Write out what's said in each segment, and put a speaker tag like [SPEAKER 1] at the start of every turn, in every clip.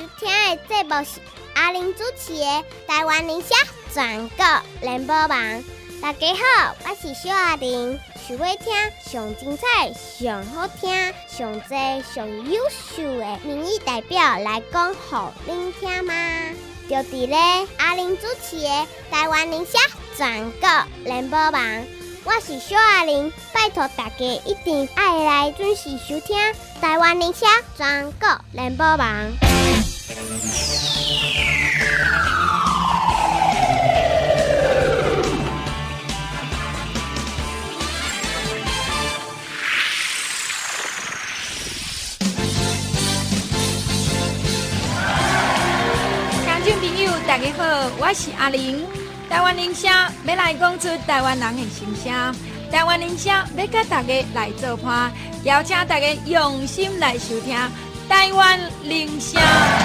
[SPEAKER 1] 收听的节目是阿玲主持的《台湾理想全国联播网》。大家好，我是小阿玲。想要听上精彩、上好听、上多、上优秀的民意代表来讲，给您听吗？就伫咧阿玲主持的《台湾理想全国联播网》。我是小阿玲，拜托大家一定要来准时收听台湾理想全国联播网。
[SPEAKER 2] 听众朋友，大家好，我是阿玲。台湾人声要来讲出台湾人的心声，台湾人声要甲大家来做伴，邀请大家用心来收听台湾人声。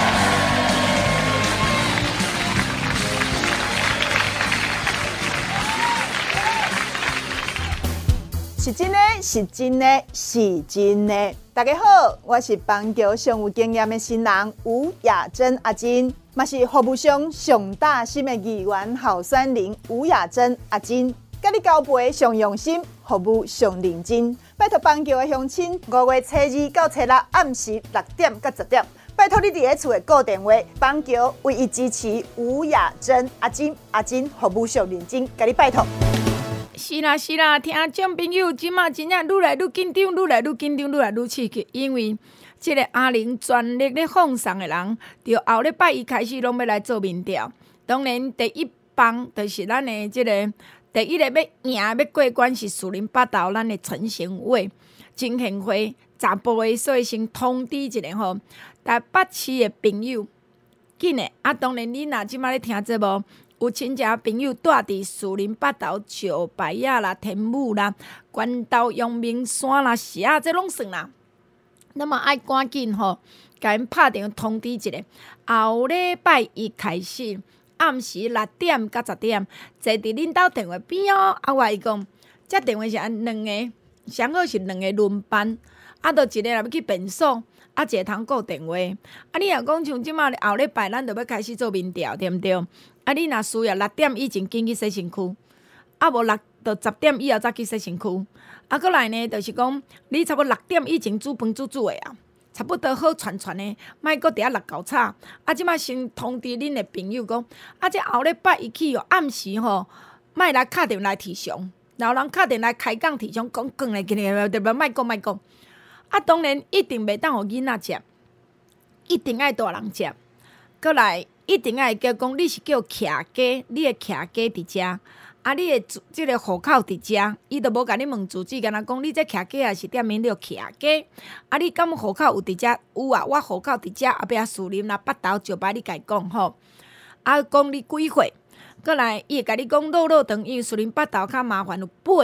[SPEAKER 3] 是真的，是真的，是真的。大家好，我是邦桥上有经验的新人吴雅珍阿珍，嘛是服务上上大心的议员候选人吴雅珍阿珍，甲你交陪上用心，服务上认真。拜托邦桥的乡亲，5月初2到初6暗时6点到10点，拜托你伫咧厝的固电话，邦桥唯一支持吴雅珍阿珍，阿珍服务上认真，甲你拜托。
[SPEAKER 2] 是啦是啦，听众朋友，即马真正愈来愈紧张，愈来愈紧张，愈来愈刺激，因为即个阿玲全力咧放送的人，就后礼拜一开始拢要来做民调。当然，第一棒就是咱的即个第一个要赢要过关是士林北投咱的陈贤伟真贤会查甫的，所以先通知一下吼，台北市的朋友，紧的啊！当然，你若即马咧听节目。有亲戚朋友住伫士林北投、石牌仔啦、天母啦、关岛、阳明山啦、石啊，这拢算啦。那么爱赶紧吼，甲因拍电话通知一下。后礼拜一开始，暗时6点到10点，坐伫恁兜电话边哦。啊，我讲，这电话是按两个，上好是两个轮班，啊，就一个若要去便所。啊，一个通顾电话。啊，你若讲像即马后礼拜，咱就要开始做民调，对毋对？啊，你若需要6点以前进去洗身躯，啊无就10点以后才去洗身躯。啊，过来呢，就是讲你差不多6点以前煮饭煮的啊，差不多好串的，莫搁伫遐落搞吵。啊，即马先通知恁的朋友讲，啊，这后礼拜一去哦，暗时吼，莫来敲电来提详，然后人敲电来开讲提详，讲讲来，对不？莫讲。啊，当然一定袂当互囡仔食，一定爱大人食。过来一定爱叫讲你是叫徛家，你的徛家伫遮，啊，你的即个户口伫遮，伊都无甲你问住址，干那讲你这徛家也是店名叫徛家。啊，你敢户口有伫遮？有啊，我户口伫遮，后壁士林啦、北投、石牌，你家讲吼。啊，讲你几岁？过来伊会甲你讲落长，因为士林北投较麻烦，有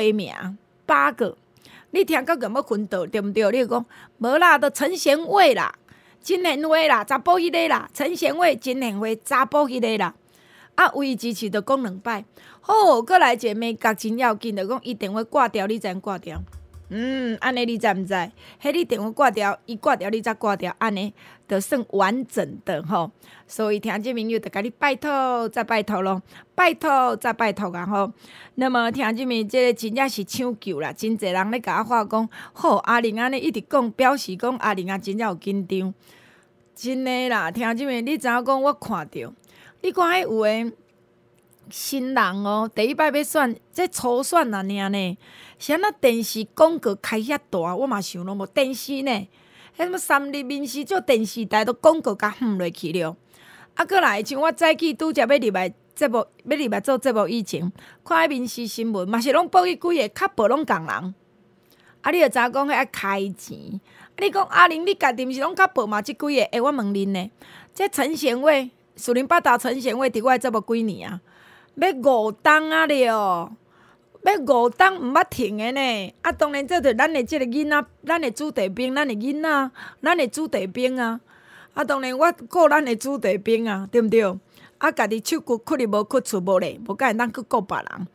[SPEAKER 2] 8个。你听到有要分道对毋对？你就讲无啦，都陈贤伟啦、真贤惠啦、查甫迄个啦、陈贤伟、真贤惠、查甫迄个啦。啊，唯支持就讲2摆。好，过来一个美角真要紧，就讲伊电话挂掉，你才挂掉。安尼你知毋知？迄你电话挂掉，伊挂掉，你才挂掉，安尼就算完整的吼。所以听众朋友就甲你拜托再拜托咯，拜托再拜托啊吼。那么听众朋友，这个真正是抢救啦，真侪人咧甲我话讲，好阿玲安尼一直讲，表示讲阿玲啊真正有紧张，真诶啦，听众朋友，你知影讲我看着，你看迄有诶新人哦，第一摆要选，这初选啊尔呢。是安那电视广告开遐大，我嘛想拢无电视呢。迄什么三立民视做电视台都广告甲落去了。啊，过来像我早起拄则要入来节目，要入来做节目以前，看迄民视新闻嘛是拢报去几个，较无拢共人。啊，你就知影讲迄爱开钱。啊，你讲阿玲，你家己毋是拢较报嘛？即几个，我问恁呢，这陈贤伟，士林北投陈贤伟伫我的节目几年啊？要5档啊了。要5档毋捌停的呢，啊，当然这就是咱的这个囡仔，咱的子弟兵，咱的囡仔，咱的子弟兵啊，啊，当然我顾咱的子弟兵啊，对毋对？啊，家己手骨屈哩无屈，厝无咧，无甲因当去顾别人，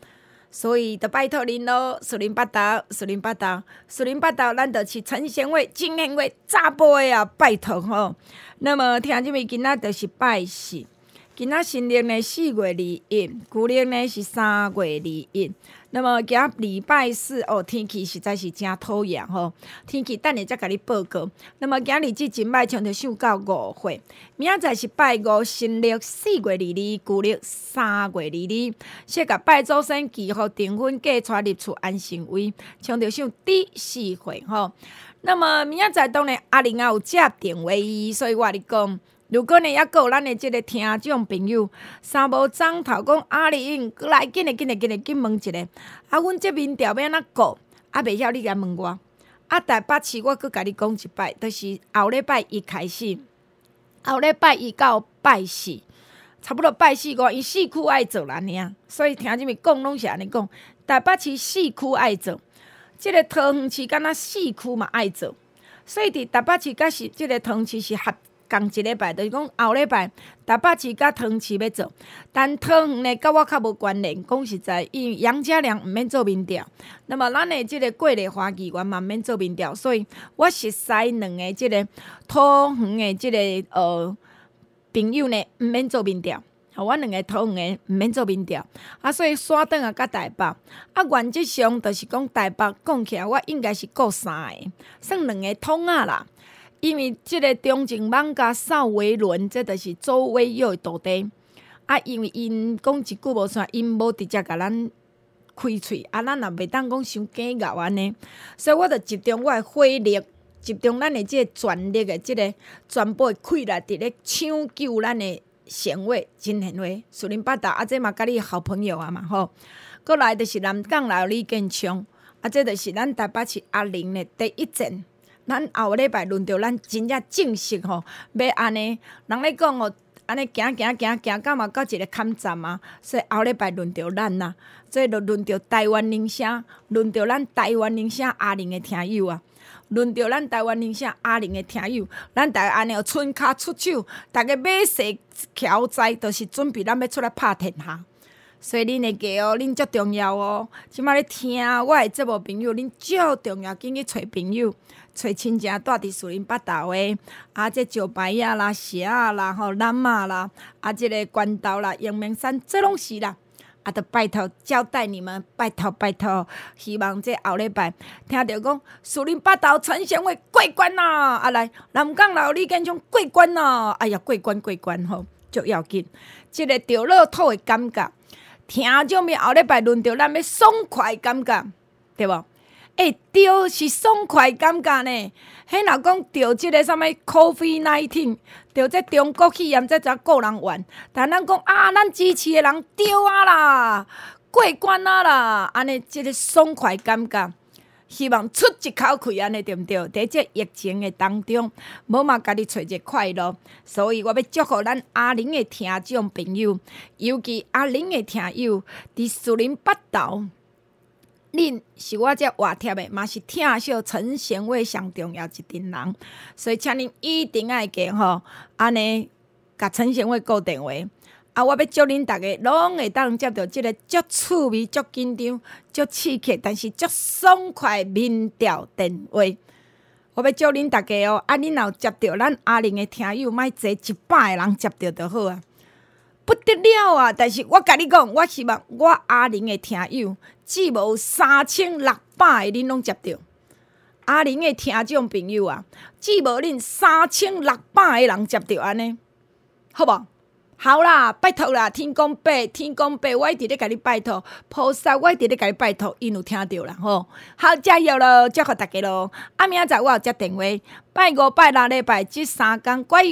[SPEAKER 2] 所以就拜托恁咯，四邻八达，四邻八达，四邻八达，咱就是陈贤惠、金贤惠查甫的啊，拜托吼。那么听即位今仔就是拜四，今仔新历呢4月21，旧历呢是3月21。那么今仔礼拜四哦，天气实在是真讨厌吼，天气等下才甲你报告。那么今日真歹，像着上到5岁，明仔载是拜五，新历4月22，旧历3月22。先甲拜祖先祈福订婚嫁娶入厝安心位，像着上第4岁吼。那么明仔载当然阿玲也有接电话，所以我你讲。如果呢，还阁有咱的即个听众朋友，三无钟头讲阿玲，过来紧问一下。啊，阮这面条要安怎过？啊，袂晓你来问我。啊，台北市我阁甲你讲一摆，就是后礼拜一开始，后礼拜一到拜四，差不多拜四个，伊4区爱做啦尔。所以听即物讲拢是安尼讲，台北市4区爱做，即个桃园市敢若4区嘛爱做，所以伫台北市甲是即个桃园市是合。共一礼拜，就是讲后礼拜台北市甲桃园市要做，但桃园呢，甲我较无关联。讲实在，因为杨家良毋免做民调，那么咱的即个过丽华议员嘛毋免做民调，所以我熟悉两个即个桃园的即个朋友呢，毋免做民调。我两个桃园的毋免做民调，啊，所以山顶啊，甲台北啊，原则上就是讲台北讲起来，我应该是顾3个，算2个通啊啦。因为即个中正网甲邵维伦，这就是周威佑的徒弟啊。因为因讲一句无算，因无直接甲咱开喙啊，咱也袂当讲伤假咬安尼，所以我着集中我的火力，集中咱的即个全力的即个全部的气力，伫咧抢救咱的贤惠、金贤惠、四邻八达啊，这嘛甲你好朋友啊嘛吼。过来就是南港来李建昌啊，这就是咱台北市阿玲的第一站。咱后礼拜轮到咱真正式吼，要安尼，人咧讲哦，安尼行到嘛到一个坎站啊，所以后礼拜轮到咱啦，所以就轮到台湾铃声，轮到咱台湾铃声阿玲的听友啊，轮到咱台湾铃声阿玲的听友，咱大家安尼春脚出手，大家马势乔哉，就是准备咱要出来拍天下。所以恁会记哦，恁足重要哦。即摆咧听我的节目朋友，恁足重要，紧去找朋友。找亲戚住伫四邻八达的，啊，这石牌啊啦、蛇啊啦、南啊啦，啊，这个关岛啦、阳明山，这拢是啦。啊，着拜托交代你们，拜托，希望这后礼拜听到讲四邻八达陈贤惠过关啦，啊来南港老李建昌过关啦，哎呀过关吼，足要紧。这个着乐透的感觉，听众们后礼拜轮到咱要爽快感觉，对无？对，是爽快感觉呢。迄若讲对即个啥物 COVID-19， 对这中国肺炎，这才个人怨。但咱讲啊，咱支持的人对啊啦，过关啊啦，安尼即个爽快感觉，希望出一口气安尼对毋对？伫这疫情的当中，无嘛家己找一个快乐。所以我要祝福咱阿玲的听众朋友，尤其阿玲的听友，伫四邻八达。恁是我这活贴的，嘛是疼惜陈贤惠上重要一群人，所以请恁一定爱记吼，安尼甲陈贤惠固电话。啊，我要祝恁大家拢会当接到即个足趣味、足紧张、足刺激，但是足爽快民调电话。我要祝恁大家哦，啊，恁若接到咱阿玲的听友，莫坐100个人接到就好啊。不得了啊！但是我甲你讲，我希望我阿玲的听友，只无3600个恁拢接到。阿玲的听众朋友啊，只无恁3600个人接到安尼，好无？好啦，拜托啦，天公伯，我一直咧甲你拜托，菩萨我一直咧甲你拜托，因有听到啦吼。好，加油咯，祝福大家咯。啊，明仔载我有接电话，拜5、拜6礼拜这3天，乖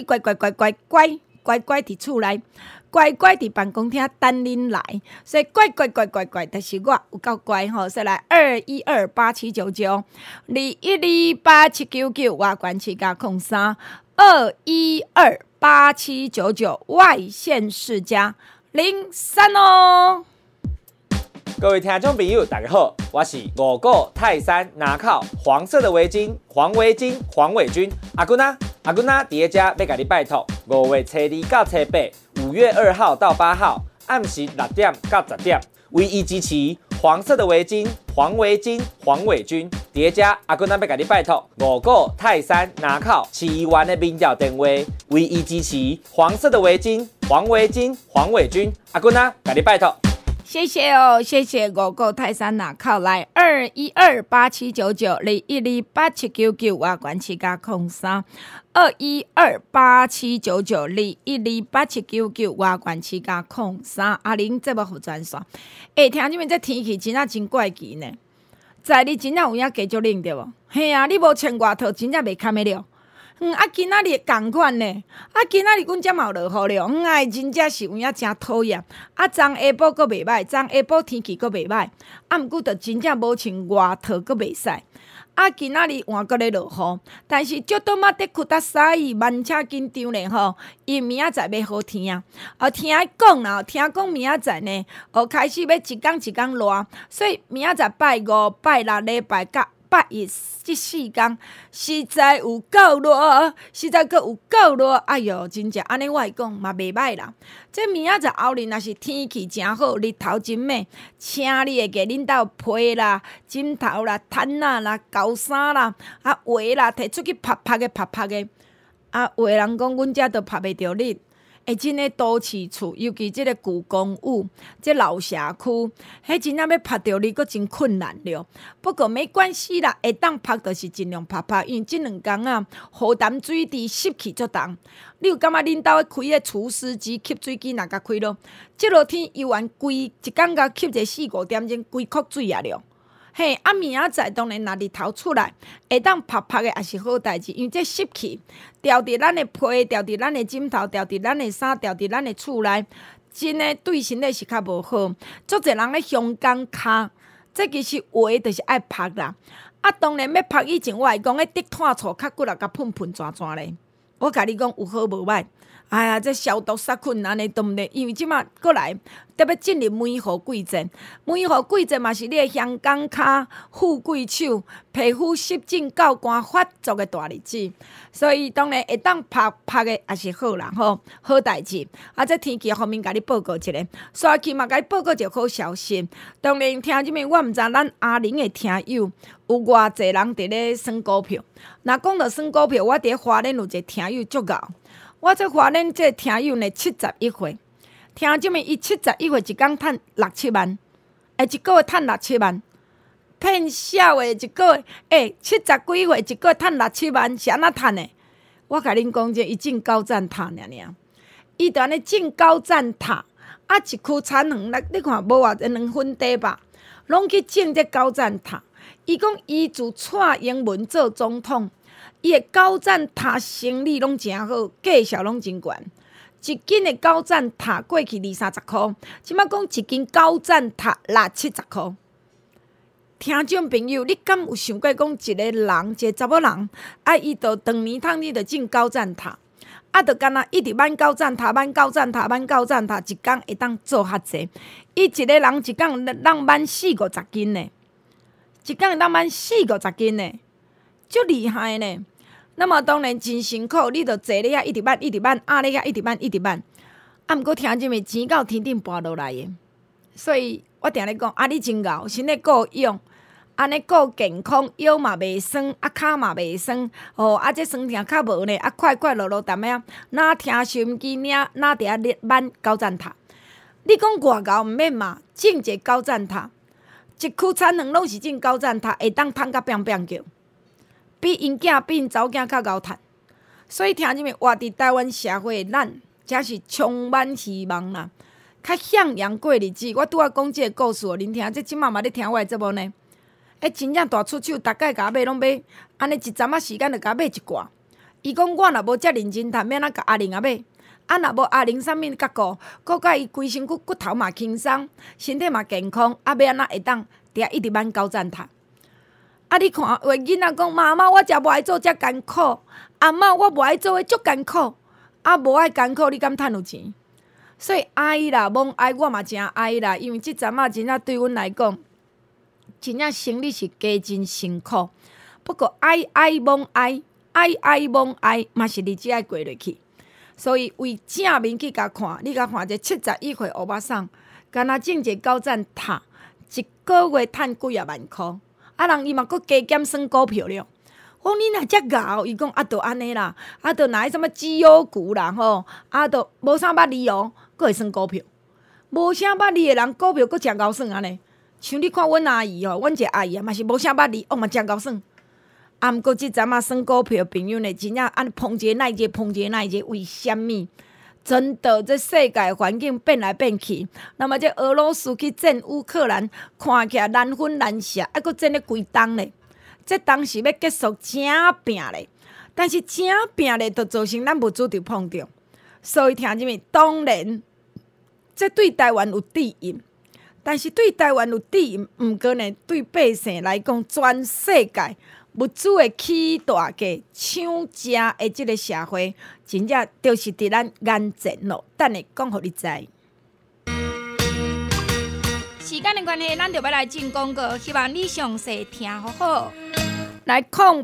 [SPEAKER 2] 伫厝内。乖伫办公厅等恁来，所以乖，但是我有够乖吼，说来212879921287799外关7加03 2128799外县市加03哦。
[SPEAKER 4] 各位听众朋友，大家好，我是5股泰山拿靠黄色的围巾黄围巾黄伟军阿君啊，伫咧遮要甲你拜托，5月初2到初8，5月2号到8号，暗时6点到10点，唯一支持黄色的围巾，黄围巾，黄伟军，叠加阿公要甲你拜托5个泰山拿靠市议员的民调电话，唯一支持黄色的围巾，黄围巾，黄伟军，阿公甲你拜托。
[SPEAKER 2] 谢谢哦，谢谢5个泰山拿靠来212879921287999我关七加03 212879921287999我关七加03阿玲节目服专线。听你们这天气真正真怪奇呢，在你真正有影加足冷对无？嘿啊，你无穿外套真正袂堪得了。今仔日同款呢，今仔日阮遮嘛有落雨了，真正是有影真讨厌。昨下晡阁袂歹，昨下晡天气阁袂歹，毋过着真正无穿外套阁袂使。今仔日换阁咧落雨，但是足多马德库达沙伊慢车紧张咧吼，因明仔载要好天啊！听讲啦，听讲明仔载呢，开始要一天一天热，所以明仔载拜5、拜6、礼拜甲8日这4天，实在有够热，实在阁有够热。哎哟，真正安尼我来讲嘛袂歹啦。这明仔载后日若是天气真好，日头真美，请你会给恁兜被啦、枕头啦、毯仔啦、厚衫啦、袜啦，摕出去拍拍的。有的人讲阮遮都拍袂着你。真个都市厝，尤其即个旧公寓、即老社区，迄真正要拍着你，阁真困难了。不过没关系啦，会当拍就是尽量拍，因为即2天啊，雨淡水低，湿气足重。你有感觉恁兜开个除湿机、吸水机若甲开咯？即落天游完规一天甲吸者4-5点钟，规壳水啊了。明仔载当然若日头出来，会当拍的也是好代志，因为这湿气调伫咱的被，调伫咱的枕头，调伫咱的衫，调伫咱的厝内，真的对身体是较无好。足侪人咧香港骹，这其实话就是爱拍啦。当然要拍以前，我来讲咧滴炭醋较骨力甲喷转咧。我甲你讲有好无歹。哎呀，这消毒杀菌安尼都毋对，因为即马过来特别进入梅雨季节，梅雨季节嘛是你的香港骹、富贵手、皮肤湿疹、教官发作的大日子，所以当然会当拍的也是好啦吼，好代志。这天气方面，甲你报告一下，刷起嘛，甲你报告一个好消息。当然，听即面我毋知咱阿玲的听友有偌济人伫咧算股票。若讲到算股票，我伫花莲有一个听友足够。我这花莲这听友呢71岁，听即面伊71岁一工趁6-7万，一个月趁6-7万，骗笑的一个月70几岁一个月趁6-7万是安怎趁的？我甲恁讲者，伊种高赞塔尔，伊就安尼种高赞塔，一区产园，你看无偌2分地吧，拢去种这高赞塔。伊讲伊自蔡英文做总统。伊的高赞塔生意拢真好，价钱拢真悬。一斤的高赞塔过去20-30块，即摆讲一斤高赞塔60-70块。听众朋友，你敢有想过讲一个人，一个查某人，伊就长年通你就种高赞塔，就干那一直挽高赞塔，一工会当做较济。伊一个人一工当挽40-50斤呢，一工会当挽40-50斤呢。足厉害呢！那么当然真辛苦，你着坐咧遐一直挽，压咧遐一直挽。毋过听即个钱到天顶跋落来的，所以我定咧讲，你真敖，身体够用，安尼够健康，腰嘛袂酸，骹嘛袂酸，这酸痛较无呢，快乐淡仔，哪听收音机领，哪伫遐挽高赞塔。你讲外高毋免嘛，种一个高赞塔，一区产园拢是种高赞塔，会当趁甲乒叫。比因囝比因查某囝较高趁，所以听即面活伫台湾社会的咱，真是充满希望啦，较向阳过日子。我拄仔讲即个故事，恁听，即马嘛咧听我的节目呢。真正大出手，逐摆甲买拢买，安尼一阵仔时间就甲买一寡。伊讲我若无遮认真趁，免甲阿玲买。若无阿玲啥物角顾，搁甲伊规身骨头嘛轻松，身体嘛健康，要安怎会当伫一直挽高赞塔？你看，话囡仔讲妈妈，我真无爱做遮艰苦，阿嬷我无爱做足艰苦，无爱艰苦，你敢趁有钱？所以爱啦，罔爱我嘛真爱啦，因为即阵仔真正对阮来讲，真正生理是加真辛苦。不过爱罔爱，嘛是日子爱过落去。所以为正面去甲看，你甲看一个71岁欧巴桑，敢若种一个高赞塔。 一个月赚几啊万箍，人伊嘛佫加减算股票了。我讲你若遮敖，伊讲就安尼啦，就若迄什么绩优股啦吼，就无啥捌字哦，佫会算股票，无啥捌字的人股票佫诚敖算安尼。像你看阮阿姨吼，阮一个阿姨嘛是无啥捌字，嘛诚敖算。毋过即阵算股票的朋友呢，真正安碰一个耐一个，碰一个耐一个，为虾米？真的，这世界环境变来变去，那么这俄罗斯去战乌克兰，看起来难分难舍，还佫战咧规冬咧。这当时要结束，真拼咧。但是真拼咧，就造成咱物资就碰着。所以听入面，当然，这对台湾有利益，但是对台湾有利益，毋过呢，对百姓来讲，全世界。物资的起大价、抢价的即个社会，真正就是伫咱眼前咯。等下讲互你知。时间的关系，咱就要来进广告，希望你详细听好好。来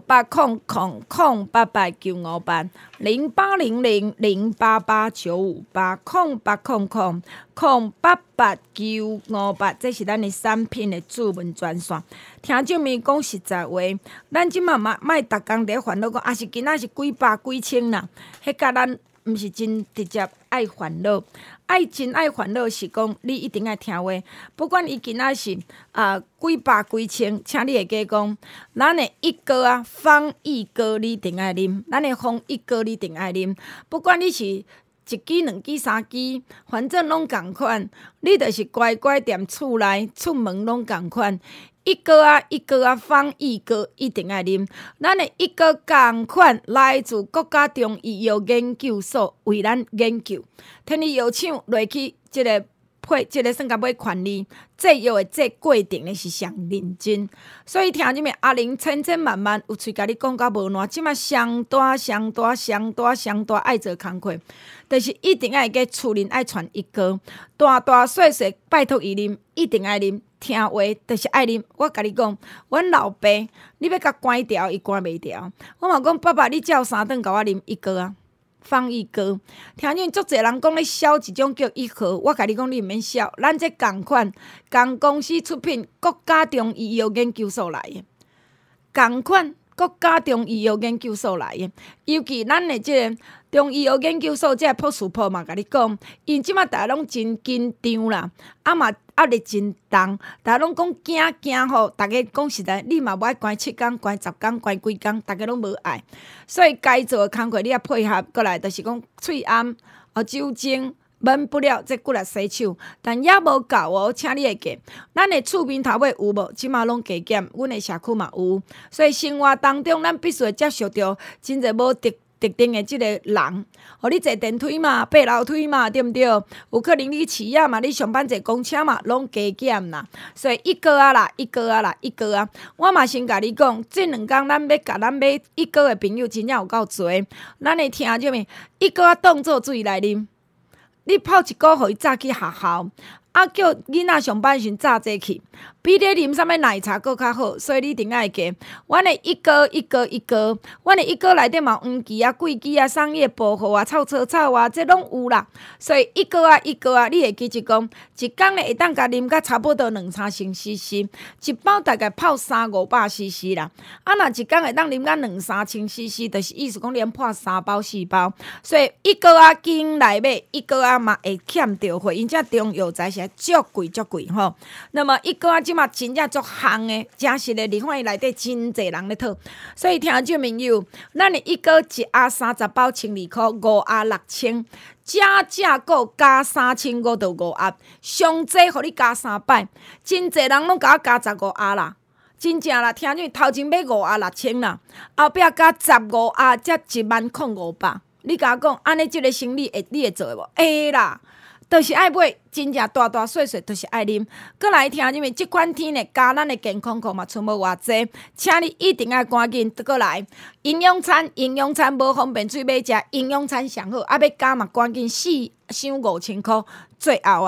[SPEAKER 2] 08000889580800088958，这是咱的产品的主文专线。听众们讲实在话，咱即马莫逐工伫烦恼讲，是今仔是几百几千啦，迄甲咱毋是真直接爱烦恼。真爱烦恼是讲，你一定爱听话。不管伊今仔是几百几千，请你会记讲，咱的一哥方一哥你一定爱啉，咱的方一哥你一定爱啉。不管你是一支、两支、三支，反正拢共款。你就是乖乖踮厝内出门拢共款。一哥方一哥一定爱啉。咱的一哥共款来自国家中医药研究所为咱研究，替你药厂落去即个算甲买权利，制药的这过程呢是上认真。所以听入面阿玲千万有喙甲你讲甲无烂，即马上大爱做工课，就是一定爱个厝人爱传一哥，大细拜托伊啉，一定爱啉。听话就是爱啉，我甲你讲，阮老爸，你要甲关掉，伊关袂掉。我嘛讲，爸爸，你才有3顿甲我啉一哥方一哥。听见足侪人讲咧销一种叫一盒，我甲你讲，你毋免销，咱这共款，同公司出品，国家中医药研究所来的，共款。国家中医药研究所来的，尤其咱的即个中医药研究所即个博士婆嘛，甲你讲，因即马大家拢真紧张啦，嘛压力真重，大家拢讲惊吼，大家讲实在，你嘛无爱关7天、关10天、关几天，大家拢无爱，所以该做的工课你也配合过来，就是讲喙暗、酒精。免不了这几粒洗手，但也无够哦，请你会记。咱的厝边头尾有无？即马拢加减，阮的社区嘛有。所以生活当中，咱必须会接受到真侪无特定的即个人。互你坐电梯嘛，爬楼梯嘛，对毋对？有可能你企业嘛，你上班坐公车嘛，拢加减啦。所以一个啦，我嘛先甲你讲，这2天咱要甲咱买一个的朋友真正有够侪。咱的听者们，一个当做水来啉。你泡一股，互伊早去学校，叫囡仔上班时早坐去，比你啉啥物奶茶佫较好。所以你一定爱记，阮的一哥，阮的一哥内底嘛黄芪桂枝桑叶薄荷臭草草这拢有啦。所以一哥，你会记一讲，一工呢会当甲啉甲差不多2-3千 cc， 一包大概泡300-500 cc 啦。若一工会当啉甲2-3千 cc， 就是意思讲连破3包4包。所以一哥紧来买，一哥嘛会欠着货，因这中药材是足贵吼。那么一个即马真正足行的，真实的，你看伊内底真侪人咧讨。所以听众朋友，咱的一个1盒30包1,200块，5盒6000，加个加3500到5盒，上济互你加3摆，真侪人拢甲我加15盒啦。真正啦，听众头前买5盒6000啦，后壁加15盒才10500。你甲我讲，安尼即个生意你会做无？会啦。就是爱买，真正大细就是爱啉。过来听入面，即款天呢，加咱的健康课嘛，剩无偌济，请你一定要赶紧过来。营养餐无方便水买食，营养餐上好，要加嘛，赶紧4箱5000块。最后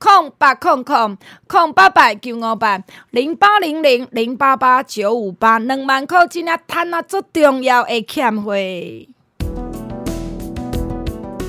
[SPEAKER 2] 0800-958-0800-0888-958，2万块真正赚足重要的欠费。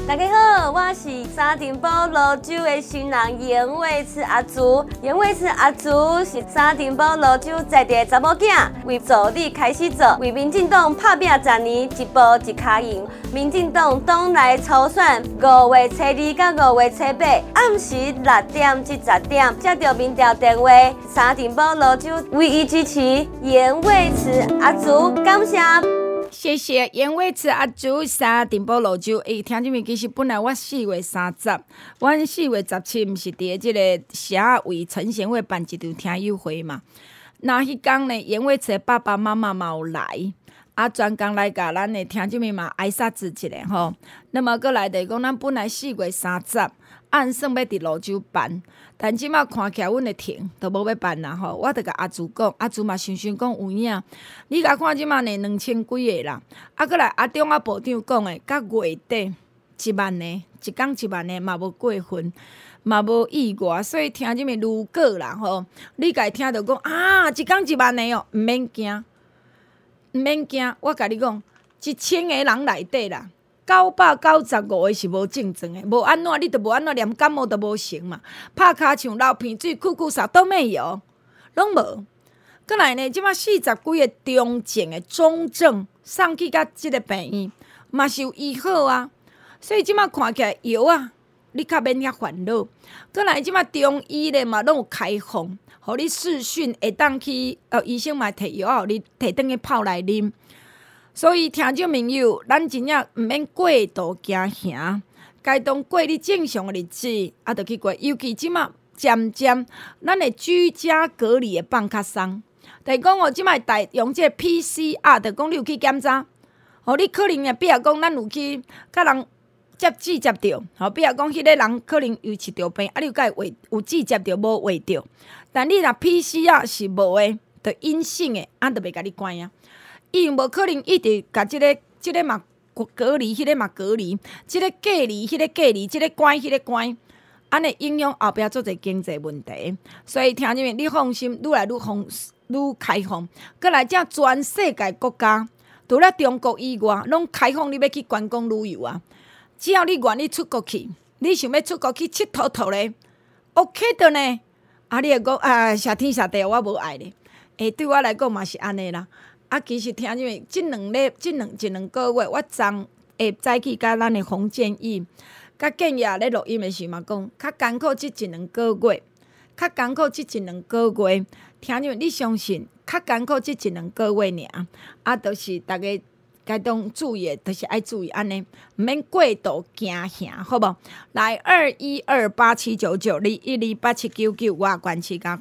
[SPEAKER 5] 大家好，我是沙丁堡泸州的新人严伟慈阿朱。严伟慈阿朱是沙丁堡泸州在地查某囝，为助理开始做，为民进党拍拼10年，一步一脚印。民进党党内初选5月初2到5月初8，暗时6点至10点，接到民调电话，沙丁堡泸州唯一支持严伟慈阿朱，感谢。
[SPEAKER 2] 谢谢严伟慈阿朱沙丁堡泸州。听众们，其实本来我4月30，阮4月17毋是伫即个社为陈贤惠办一场听友会嘛？那迄天呢，严伟慈的爸爸妈妈嘛有来，专工来甲咱的听众们嘛挨杀子一下吼。那么过来就是讲，咱本来4月30按算要伫泸州办，但即马看起来阮的停都无要办啦吼。我著甲阿朱讲，阿朱嘛想讲有影，你甲看即马呢2000几个啦，过来阿中部长讲的，到月底1万个，一天1万个嘛无过分，嘛无意外，所以听即么如果啦吼，你家听到讲一天1万个哦，毋免惊，毋免惊，我甲你讲，1000个人内底啦。995个是无症状的，无安怎你都无安怎连感冒都无成嘛，拍骹像流鼻水、酷酷嗽都没有，拢无。过来呢，即马40几个中症的重症送去甲即个病院，嘛是有医好啊。所以即马看起来药啊，你较免遐烦恼。过来即马中医咧嘛拢有开放，互你视讯会当去，医生嘛摕药互你摕转去泡来啉。所以听众朋友，咱真正毋免过度惊吓，该当过你正常的日子，就去过。尤其即马渐渐，咱的居家隔离会放较松。但是讲即马会用这个 PCR， 就讲你有去检查，你可能比如讲咱有去甲人接触到，比如讲迄个人可能有饲着病，你有甲伊有接触到无话着，但你若 PCR 是无的，就阴性的，就袂甲你关啊。伊无可能一直甲即个嘛隔离，迄个嘛隔离，即个隔离，迄个隔离，即个关，迄个关，安尼影响后壁做者经济问题。所以听众们，你放心，愈来愈开放，过来遮全世界国家，除了中国以外，拢开放你要去观光旅游啊。只要你愿意出国去，你想要出国去佚佗咧 ，OK 的呢。你会讲谢天谢地，我无爱咧。对我来讲嘛是安尼啦。其实听众们，这两个月，我昨早起甲咱的洪建义、甲建业咧录音的时嘛讲，较艰苦这一两个月，较艰苦这一两个月，听众们，你相信，较艰苦这一两个月尔，就是大家该当注意的，就是爱注意安尼，毋免过度惊吓，好无？来212879921287992关七加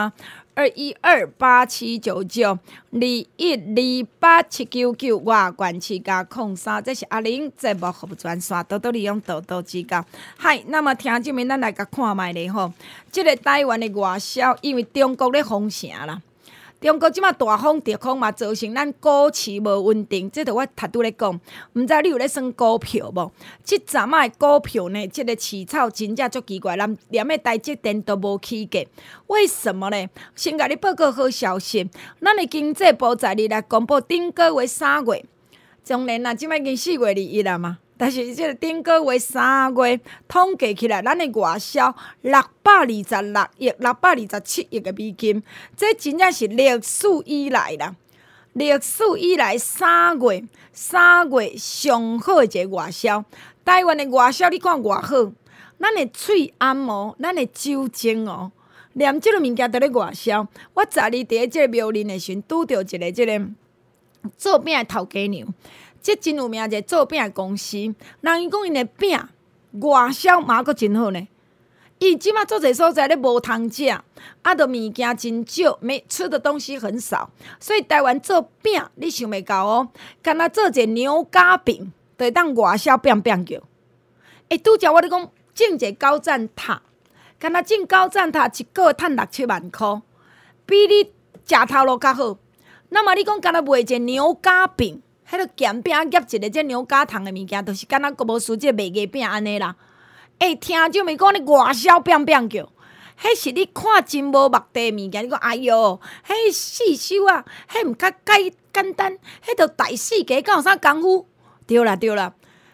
[SPEAKER 2] 03。212879921287992关七加03，这是阿玲节目服务专线，多多利用，多多指教。嗨，那么听众们，咱来甲看卖咧吼，这个台湾的外销，因为中国咧封城啦。中国即马大风特空嘛，造成咱股市无稳定，这着我头拄咧讲。毋知你有咧算股票无？即阵仔的股票呢，这个起草真正足奇怪，连个台积电都无起价，为什么呢？先甲你报告好消息，咱的经济部在日来公布顶个月3月，当然啦，即摆已经4月21啦嘛。但是这个顶个月3月统计起来，咱的外销626亿、627亿的美金，这真正是历史以来啦，历史以来3月上好的一个外销。台湾的外销你看偌好，咱的喙按摩、咱的酒精哦，连这个物件都咧外销。我昨日伫这个庙林的时阵，拄到一个这个做饼的头家娘。这真有名一个做饼公司，人伊讲因的饼外销嘛阁真好呢。伊即马做者所在咧无通食，都物件真少，没吃的东西很少，所以台湾做饼你想袂到哦，干那做一个牛轧饼，就会当外销变叫。拄则我咧讲种一个高赞塔，干那种高赞塔一个月赚6-7万箍，比你食头路较好。那么你讲干那卖一个牛轧饼？迄个咸饼夹一个这牛轧糖的物件，就是敢若国无输这卖月饼安尼啦。听种咪讲你外销叫，迄是你看真无目的物件。你讲哎哟，迄四手啊，迄毋较简单，迄著大世界，敢有啥功夫？对啦，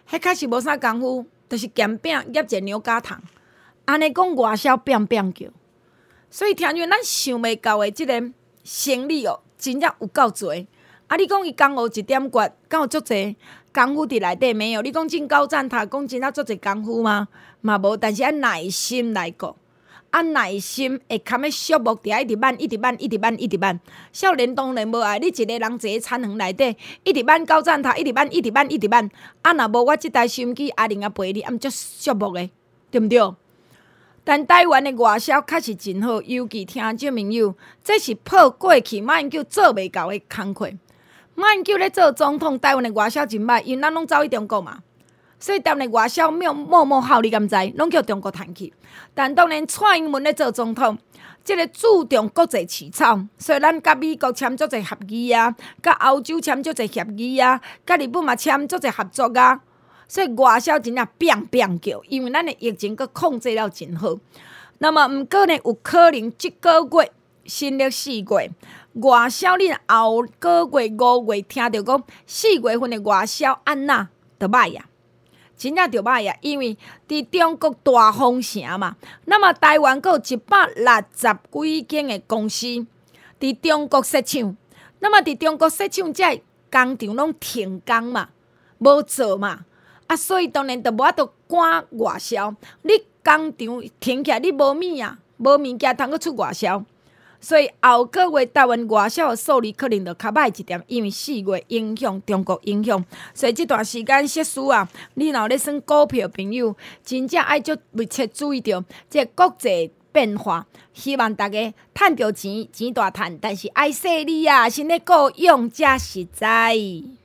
[SPEAKER 2] 迄确实无啥功夫，就是咸饼夹一个牛轧糖，安尼讲外销变叫。所以听见咱想袂到的即个生理哦，真正有够侪。啊，你讲伊工学1点关，敢有足侪功夫伫内底没有？你讲进高赞塔，讲真正足侪功夫吗？嘛无，但是要耐心来过。耐心会堪要畜牧伫一直慢。少年当然无爱，你一个人坐餐园内底，一直慢高赞塔，一直慢。若无我即台收音机阿玲陪你，足畜牧的，对毋对？但台湾的外销确实真好，尤其听众朋友，这是破过去马英九做袂到的工课。马英九咧做总统，台湾的外销真歹，因为咱拢走去中国嘛。所以台湾的外销默好，你敢知？拢叫中国趁去。但当然，蔡英文咧做总统，即个注重国际起草，所以咱甲美国签足侪协议啊，甲欧洲签足侪协议啊，甲日本嘛签足侪合作啊。所以外销真正变叫，因为咱的疫情佫控制了真好。那么毋过呢，有可能即个月新历4月，外销恁后个月5月听到讲4月份的外销安那就歹啊。真正就歹啊，因为伫中国大封城嘛，那么台湾有160几间的公司伫中国设厂，那么伫中国设厂，这工厂拢停工嘛，无做嘛，所以当然就无法度赶外销。你工厂停起来，你无物啊，无物件通去出外销。所以后个月台湾外销的数字可能就较歹一点，因为4月影响中国影响，所以这段时间设施啊，你若咧算股票朋友，真正爱足密切注意着这国际变化。希望大家赚着钱，钱大赚，但是爱细腻啊，先咧够用才实在。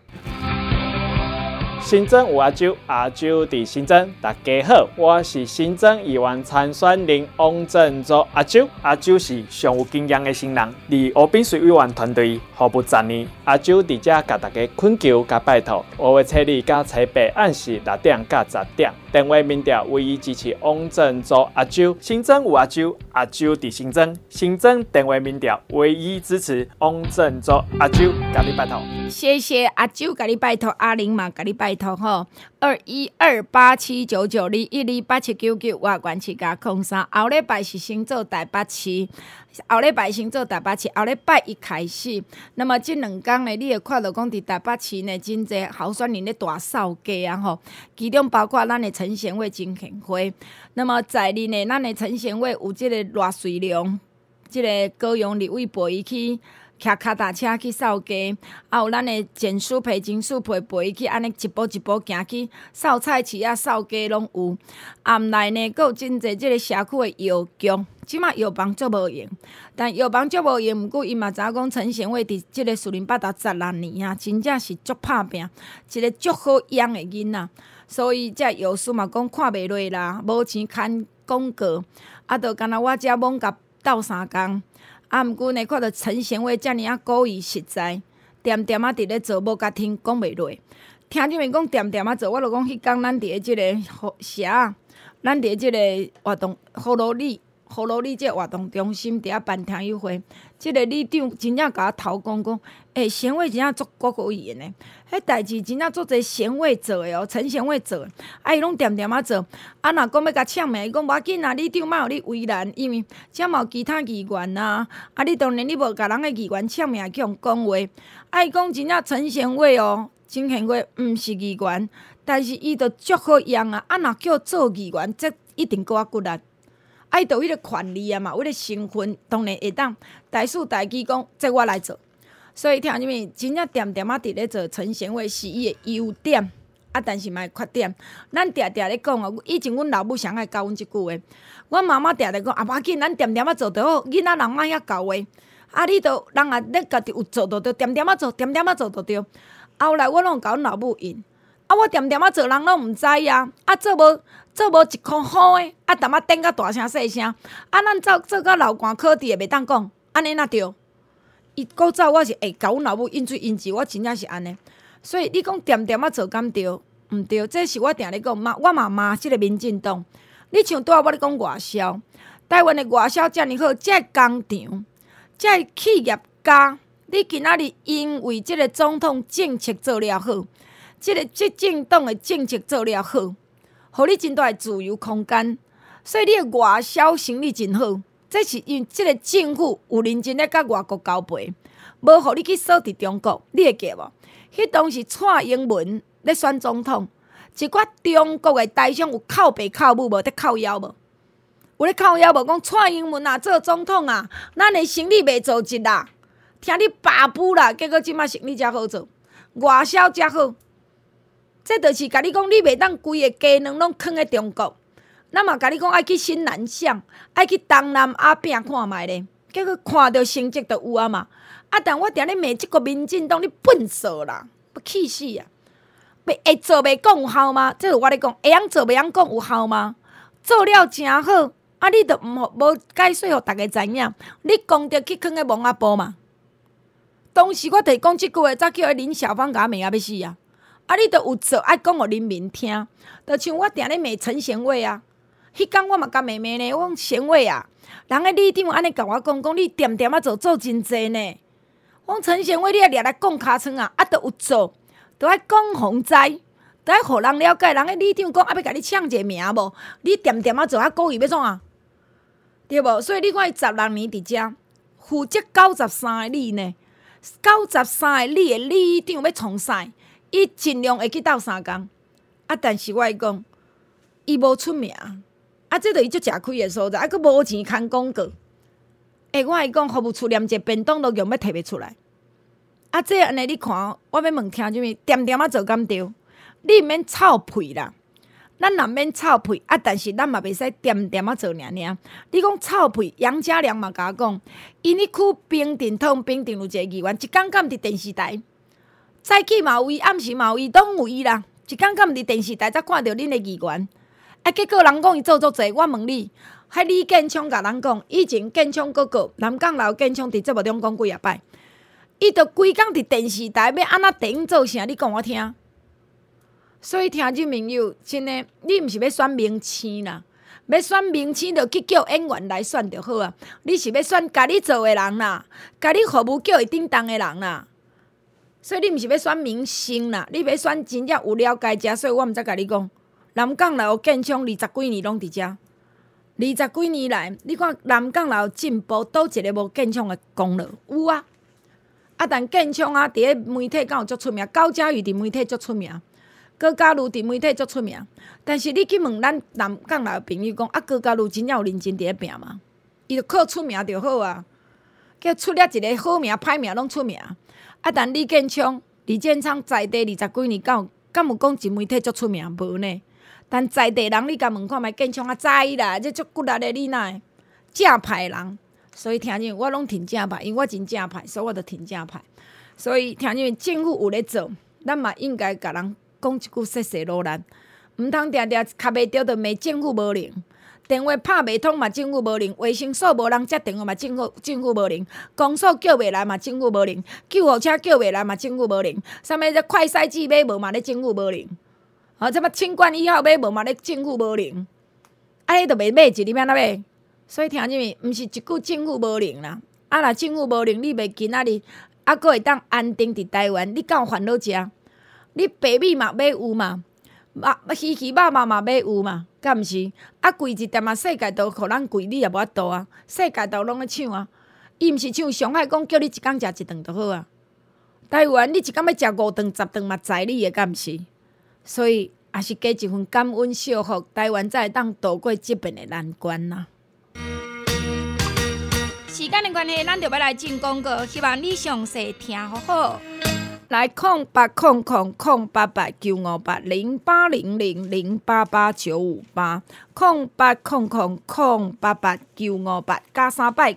[SPEAKER 6] 新增有阿周，阿周伫新增，大家好，我是新增议员参选人王振洲阿周。阿周是上有经验的新人，离湖滨水委员团队服务10年。阿周伫遮甲大家恳求甲拜托，5月7日甲7月8暗时6点甲10点，电话民调唯一支持王振洲阿周。新增有阿周，阿周伫新增，新增电话民调唯一支持王振洲阿周，甲你拜托。
[SPEAKER 2] 谢谢阿周，甲你拜托，阿玲嘛甲你拜托吼，212879921287999，我关市加03，后礼拜是先做台北市，后礼拜先做台北市，后礼拜一开始，那么这2天呢，你会看到讲伫台北市呢，真侪候选人咧大扫街啊吼，其中包括咱的陈贤惠、金庆辉，那么在日呢，咱的陈贤惠有这个赖水龙，这个高雄立委陪伊去。骑脚踏车去扫街，有咱的简书培、金书培陪伊去，安尼一步一步行去扫菜市啊、扫街拢有。暗内呢，佫有真侪即个社区的药局，即马药房足无用，但药房足无用，毋过伊嘛知影讲陈贤惠伫即个树林北投16年啊，真正是足拍拼，一个足好养的囡仔，所以这药师嘛讲看袂落啦，无钱看广告，就干那我遮猛甲斗3工。毋过呢，看到陈贤惠遮尔故意实在，点点伫咧做，无甲听讲袂落。听即面讲点点做，我就讲迄工咱伫咧即个社，咱伫即个活动葫芦里即个活动中心伫遐办听友会，即个里长真正甲我头讲，贤惠真正足国语的呢。迄代志真正足侪贤惠做的哦，陈贤惠做的，伊拢点点做。若讲要甲呛命，伊讲无要紧啊，里长莫互你为难，因为遮嘛有其他议员啊。你当然你无甲人的议员呛命去互讲话。伊讲真正陈贤惠哦，陈贤惠毋是议员，但是伊就足好用啊。若叫做议员，这一定够骨力。伊就迄个权利啊嘛，有迄个身份，当然会当大事大机讲，这我来做。所以听入面真正点点伫咧做陈贤惠是伊的优点，但是嘛缺点。咱常常咧讲哦，以前阮老母上爱教阮即句话，阮妈妈常常讲无要紧，咱点点做就好，囡仔人莫遐教话。你都人咧家己有做就对，点点做，点点做就对。后来我拢甲阮老母应，我点点做人拢毋知啊，做无1箍好诶，淡仔等甲大声细声，咱做甲流汗考题会袂当讲，安尼若对。伊古早我是会甲阮老母应水应字，我真正是安尼。所以你讲点点做敢对？毋对，这是我定咧讲我嘛骂即个民进党。你像拄仔我咧讲外销，台湾的外销遮尔好，这工厂，这企业家，你今仔日因为即个总统政策做了好， 即个执政党的政策做了好，互你真大的自由空间，所以你的外销生意真好。这是因为即个政府有认真咧甲外国交配，无互你去锁伫中国，你会记无？迄当时蔡英文咧选总统，一寡中国的台商有靠爸靠母无？伫靠腰无？有咧靠腰无？讲蔡英文啊，做总统啊，咱的生意袂做一啦，听你爸母啦，结果即摆生意才好做，外销才好。这就是甲你讲，你袂当规个鸡卵拢囥喺中国。咱嘛甲你讲，爱去新南向，爱去东南亚拼看卖咧，结果看到成绩就有啊嘛。啊，但我定咧骂即个民进党，你笨死啦，要气死啊！会做袂讲有效吗？这是我咧讲，会晓做袂晓讲有效吗？做了真好，啊，你都无解说互大家知影，你功德去囥喺王阿婆嘛？当时我著讲即句话，早叫林小芳甲我骂啊要死啊！啊，你著有做，爱讲互人民听，著像我定咧骂陈贤伟啊。迄天我嘛甲妹妹呢，我讲贤伟啊，人个里长安尼甲我讲，你点点啊做真济呢。我讲陈贤伟，你也掠来讲尻川啊，啊，著有做，著爱讲洪灾，著爱互人了解。人个里长讲，要甲你抢一个名无？你点点啊做，啊故意要创啊？对无？所以你看伊16年伫遮，负责93个里呢，93个里的里长要创啥？伊尽量会去斗3工，啊，但是我会讲，伊无出名。啊，这著伊足食亏的所在，啊，佫无钱牵广告。我会讲，服务处连一个便当都用要摕袂出来。啊，这安尼你看，我要问听什么？点点啊做敢对？你毋免臭屁啦，咱若免臭屁啊，但是咱嘛袂使点点啊做尔。你讲臭屁，杨家良嘛甲我讲，因咧去平镇有一个议员，一天敢伫电视台，早起嘛有伊，暗时嘛有伊，拢有伊啦。一天敢伫电视台才看到恁的议员。啊！结果人讲伊做足济，我问你，迄李建昌甲人讲，以前建昌哥哥南港老建昌伫节目中讲几啊摆，伊著规工伫电视台要安怎电影做啥？你讲我听。所以听众朋友，真诶，你毋是要选明星啦，要选明星著去叫演员来选就好啊。你是要选家己做诶人啦，家己服务叫伊叮当诶人啦。所以你毋是要选明星啦，你要选真正有了解者。所以我毋知甲你讲。南港老建昌20几年拢伫遮，20几年来，你看南港老进步，倒一个无建昌的功劳有啊？啊，但建昌啊，伫咧媒体敢有足出名？高嘉瑜伫媒体足出名，高嘉瑜伫媒体足出名。但是你去问咱南港老朋友讲，啊，高嘉瑜真正有认真伫咧拼吗？伊就靠出名就好啊，叫出了一个好名、歹名拢出名。啊，但李建昌在地20几年，敢有讲一媒体足出名无呢？但在地人，你甲问看觅，建昌啊知啦，这足骨力的你哪会正派人？所以听见我拢挺正派，因为我真正派，所以我就挺正派。所以听见政府有咧做，咱嘛应该甲人讲一句谢谢罗兰，毋通定定卡袂着就骂政府无能，电话拍袂通嘛政府无能，卫生所无人接电话嘛政府无能，公所叫袂来嘛政府无能，救护车叫袂来嘛政府无能，啥物这快筛剂买无嘛咧政府无能。这么清冠1号买无嘛？咧政府无能，啊，你著袂买一，你要安怎买？所以听见没？毋是一句政府无能啦。啊，若政府无能，你袂今仔日啊，佫会当安定伫台湾，你敢有烦恼食？你白米嘛买有嘛？鱼肉嘛买有嘛？敢毋是？啊，贵一点啊，世界都互咱贵，你也无法度啊。世界都拢咧抢啊，伊毋是像上海讲叫你一工食一顿就好啊。台湾你一工要食5顿10顿嘛，在你的敢毋是？所以也是加一份感恩惜福，台湾才会当渡过这边的难关呐。时间的关系，咱就要来进广告，希望你详细听好好。来080008895808889580889898加3摆，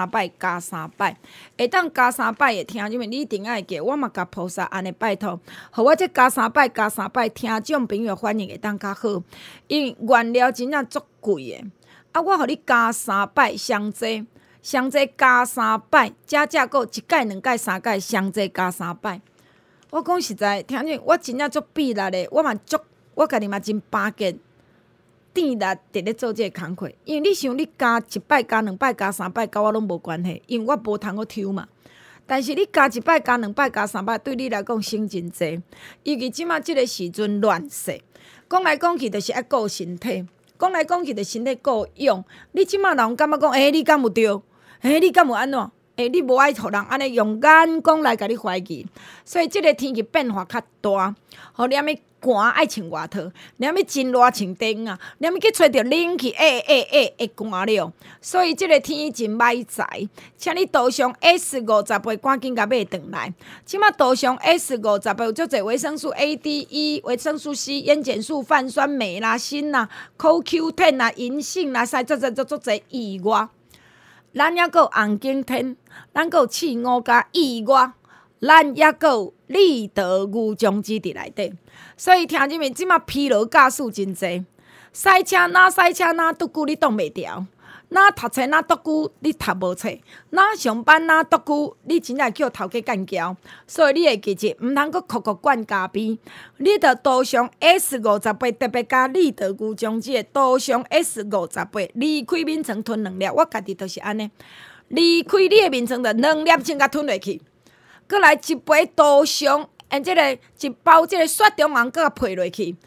[SPEAKER 2] 会当加3摆的听众们，你一定爱记，我嘛甲菩萨安尼拜托，互我这加3摆，听众朋友反应会当较好，因为原料真正足贵的，啊，我互你加3摆上济加3摆，加个1届、2届、3届，上济加3摆。我讲实在，听见我真正足逼力的，我家己嘛真巴结，甜力伫咧做这个工课。因为你想，你加1摆、加2摆、加3摆，甲我拢无关系，因为我无通去抽嘛。 但是你加一摆、加两摆、加三摆，对你来讲省真济。尤其即马即个时阵乱世，讲来讲去就是爱顾身体，讲来讲去就身体顾用。你即马人感觉讲，你敢有对？你敢有安怎？你无爱互人安尼用眼光来甲你怀疑。所以即个天气变化较大，互念要寒爱穿外套，念要真热穿短啊，念要去吹着冷气，会寒了。所以即个天真歹在，请你涂上 S50杯，赶紧甲买转来。即马涂上 S50杯有足侪维生素 A、D、E、维生素 C、烟碱素、泛酸镁啦、锌啦、CoQ10啦、银杏啦，晒足侪以外，咱还佫有红景天，咱佫有刺五加以外，咱还佫有立德牛浆汁伫内底。所以听入面即马疲劳驾驶真济，赛车哪拄久你挡袂牢，哪读册哪拄久你读无册，哪上班哪拄久你真正叫头家干交。所以你会记住，毋通阁酷管咖啡，你着涂上 S50杯，特别加立德牛浆汁的涂上 S50杯，离开面床吞2粒，我家己就是安尼，离开你的面床着2粒先甲吞落去，搁来一杯涂上。即个一包即个雪中红，搁配落去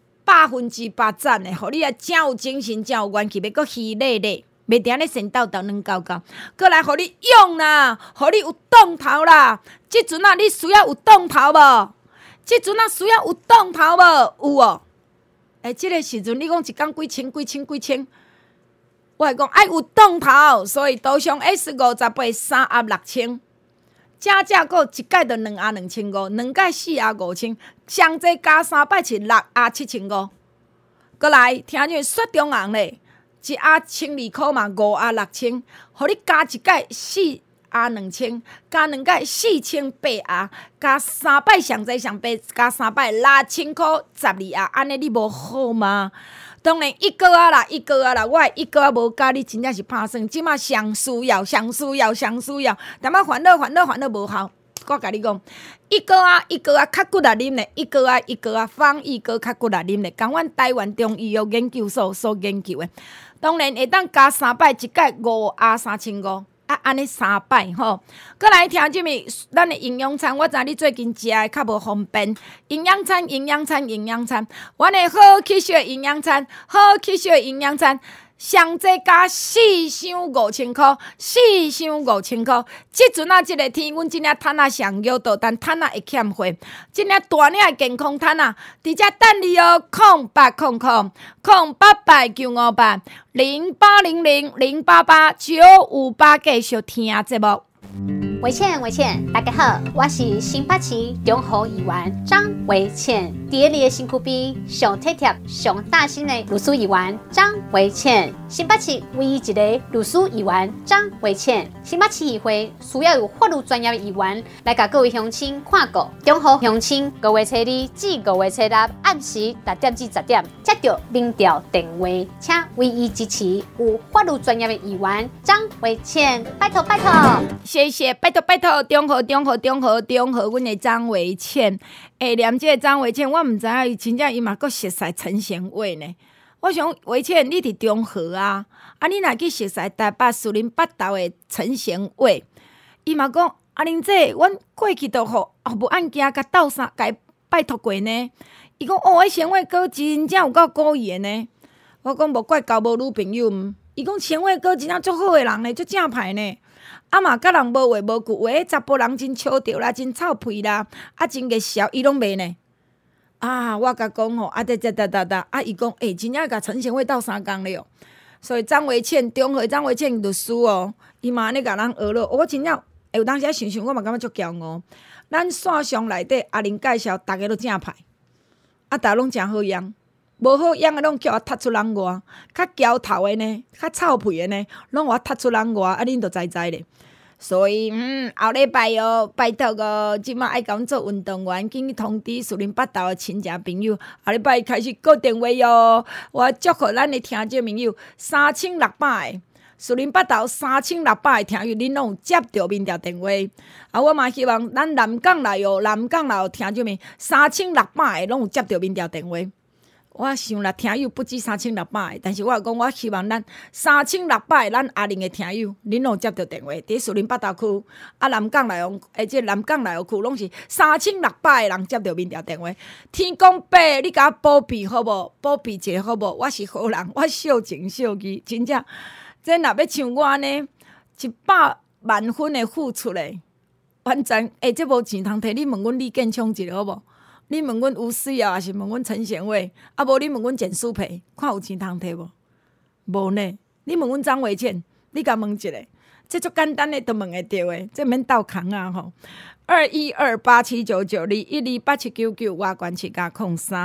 [SPEAKER 2] ，100%赞的，互你啊真有精神，真有元气，要搁虚累累，袂定咧神叨叨软高高，搁来互你用啦，互你有动头啦。即阵啊，你需要有动头无？即阵啊，需要有动头无？有哦。即个时阵你讲一工几千，我会讲爱有动头，所以涂上 S50杯3盒6000。正个一届就2盒2500，2届4盒5000，上济加3摆是6盒7500。过来听见雪中红咧，1盒1200块嘛，5盒6000，互你加一届4盒2000，加2届4800盒，加3摆上济上白，加3摆6000块12盒，安尼你无好吗？当然1个啦，我的1个无加，你真正是拍算。即马上需要，淡仔烦恼无效。我甲你讲，1个较骨力啉咧，1个方1个较骨力啉咧，共阮台湾中医药研究所所研究的。当然会当加3摆，一届5盒3500。安尼3摆吼，过来听即面咱的营养餐，我知你最近食的较无方便。营养餐，阮的好吸收的营养餐，上济加4箱5000块，4箱5000块。即阵啊，即个天，阮即领摊仔上腰倒，但摊仔会欠货。即领大领的健康摊仔，伫遮等你哦，0800-958-0800-088-958，继续听节目。
[SPEAKER 7] 维倩，大家好，我是新北市中和议员张维倩。伫咧你的身躯边上体贴、上大心的律师议员张维倩，新北市唯一一个律师议员张维倩。新北市议会需要有法律专业的议员来甲各位乡亲看顾。中和乡亲5月初2至5月初6暗时6点至10点接到民调电话，请唯一支持有法律专业的议员张维倩，拜托。
[SPEAKER 2] 谢谢，拜托，中和，阮的张维倩。念这个张维倩，我毋知影伊真正伊嘛阁熟悉陈贤伟呢。我想维倩，你伫中和啊，你若去熟悉台北士林北投的陈贤伟，伊嘛讲玲姐，阮过去都互无案件甲斗相甲拜托过呢。伊讲迄贤伟哥真正有够故意的呢。我讲无怪交无女朋友毋？伊讲贤伟哥真正足好的人呢，足正派呢。嘛甲人无话无句，话迄查甫人真笑着啦，真臭屁啦，真个笑，伊拢袂呢。我甲讲吼，伊讲真正甲陈贤伟斗3工了。所以张维倩，中和张维倩律师哦，伊嘛安尼甲人学了。我真正有当时想，我嘛感觉足骄傲。咱线上内底阿玲介绍，逐个都正派，逐个拢真好养。无好养的拢叫我踢出人外，较娇头的呢，较臭屁的呢，拢我踢出人外，恁就知咧。所以后礼拜哦，拜托哦，即马爱甲阮做运动员，紧去通知士林北投的亲戚朋友。后礼拜开始挂电话哟，我祝福咱的听众朋友3600个。士林北投3600个听友，恁拢有接到民调电话。我嘛希望咱南港来哦，听众们3600个拢有接到民调电话。 我想啦，听友不止3600个，但是我讲，我希望咱3600个咱阿玲的听友，恁有接到电话，伫树林北投区南港内湖，即南港内湖区拢是3600个人接到民调电话。天公伯，你甲我保庇好无？保庇一下好无？我是好人，我孝情孝义，真正。这若要像我呢，100万分的付出嘞，完全这无钱通摕。你问阮李建昌一个好无？你问阮吴思瑶，还是问阮陈贤伟？啊，无你问阮简书培，看有钱通摕无？无呢。你问阮张维倩，你甲问一下，这足简单的都问会着的，这免斗空啊吼。212879921287799外关市加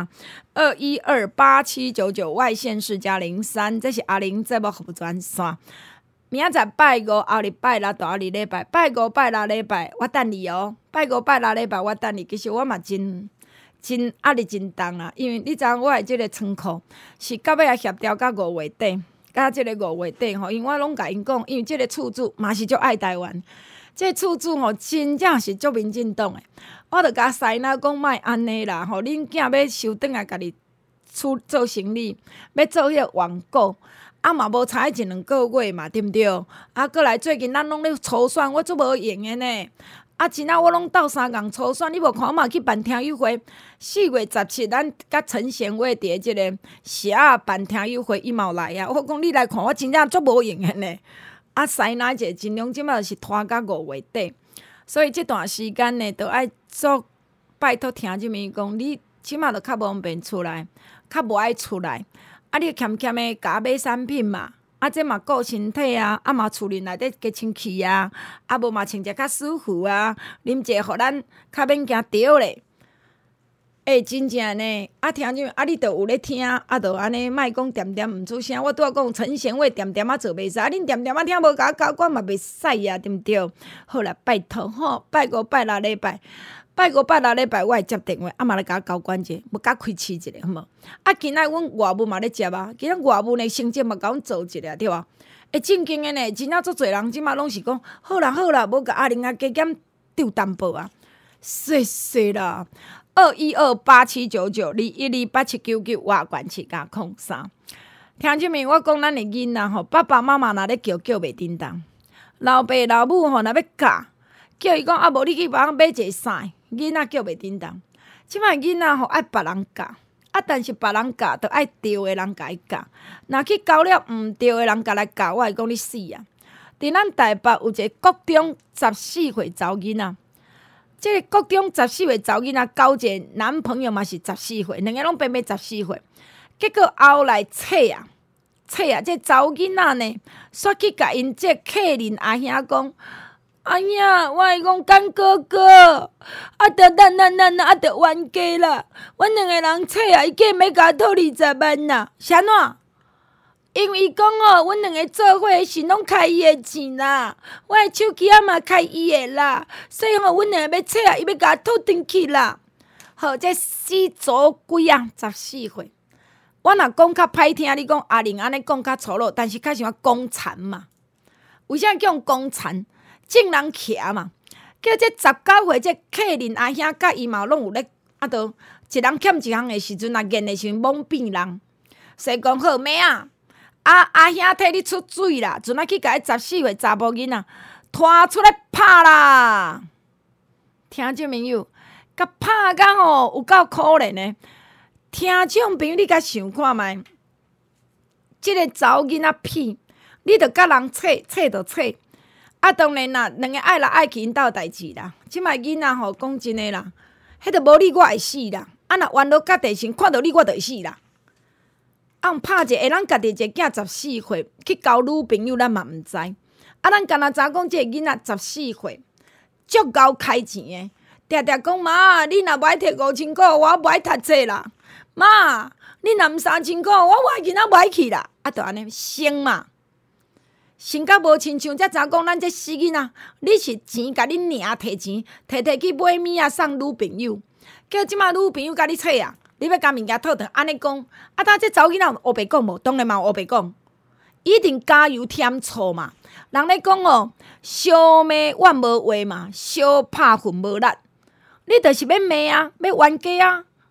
[SPEAKER 2] 03，2128799外县市加03，这是阿玲节目服务专线。明仔载拜五，后日拜六，大后日礼拜，拜五拜六礼拜，我等你哦。拜五拜六礼拜，我等你。其实我嘛真压力真重啦，因为你知影我的即个仓库是到尾协调到5月底，到即个5月底吼，因为我拢甲因讲，因为即个厝主嘛是足爱台湾，即个厝主吼真正是足民进党的，我著甲师奶讲莫安尼啦吼，恁囝要收转来家己做生意，要做迄个网购。啊嘛无差1-2个月嘛，对毋对？啊，过来最近咱拢咧初选，我足无用的呢。啊，真仔我拢斗3共初选，你无看我嘛去办听友会。4月17，咱甲陈贤伟伫即个社办听友会，伊嘛有来啊。我讲你来看，我真正足无用的呢。啊，师奶者尽量即马是拖到5月底，所以即段时间呢，都爱做拜托听即面讲，你即马就较无便出来，较无爱出来。啊，你欠欠的甲买产品嘛，啊，这嘛顾身体啊，啊嘛厝里内底加清气啊，啊无嘛穿者较舒服啊，啉者互咱较免惊着咧。真正呢，啊听种啊，你著有咧听，啊著安尼莫讲点点毋出声。我拄仔讲陈贤伟点点做袂使，恁点点听无甲我交管嘛袂使啊，对毋对？好啦，拜托吼，拜五拜六礼拜。拜五拜六礼拜，我会接电话，嘛来甲我交管者，要甲开市一下，好无？今仔阮外务嘛咧接啊，今仔外务呢成绩嘛甲阮做一下，对吧？正经的呢，真正足侪人即马拢是讲，好啦好啦，无甲阿玲加减丢淡薄啊，谢啦。212879921287799外关市加03。听即面我讲，咱的囡仔吼，爸爸妈妈若咧叫袂叮当，老爸老母吼若要教，叫伊讲啊，无你去帮买一个衫。囡仔叫袂叮当，即摆囡仔吼爱别人教，但是别人教，着爱对的人甲伊教。若去交了毋对的人甲来教，我会讲你死啊！伫咱台北有一个国中14岁查某囡仔，即个国中14岁查某囡仔交一个男朋友嘛是14岁，两个拢偏偏14岁。结果后来册啊，这查某囡仔呢，煞去甲因这客人阿兄讲。阿兄，我会讲干哥哥，得咱得冤家啦！阮两个人册啊，伊竟然要甲我讨20万啦！啥怎？因为伊讲哦，阮两个做伙是拢开伊的钱啦，我的手机啊嘛开伊的啦，所以吼，阮两个要册啊，伊要甲我讨转去啦。好，这死左鬼啊，14岁。我若讲较歹听，你讲阿玲安尼讲较粗鲁，但是较像讲残嘛。为啥叫讲残？正人徛嘛，叫这19岁这客人阿兄甲伊嘛拢有咧，都一人欠一项的时阵，验的时阵懵变人。所以讲好妹啊，阿兄替你出水啦，阵仔去甲迄14岁查甫囡仔拖出来拍啦。听众朋友，甲拍甲吼有够可怜的。听众朋友，你甲想看觅，即个查某囡仔屁，你着甲人扯着扯。当然啦，两个爱来爱去因兜代志啦。即摆囡仔吼，讲真诶啦，迄着无你我会死啦。若冤到甲地神看到你，我就会死啦。拍者会咱家己一个囝14岁去交女朋友，咱嘛毋知。咱干那知讲即个囡仔14岁，足够开钱诶。定定讲妈，你若无爱摕5000块，我无爱读册啦。妈，你若毋3000块，我今仔无爱去啦。就安尼生嘛。生甲无亲像，才知讲咱这死囡仔，你是钱甲恁娘摕钱，摕去买物啊送女朋友，叫即马女朋友甲你找啊，你要甲物件讨糖，安尼讲，当这查某囡仔有黑白讲无？当然嘛有黑白讲，一定加油添醋嘛。人咧讲哦，烧骂怨无话嘛，烧拍混无力。你著是要骂啊，要冤家啊，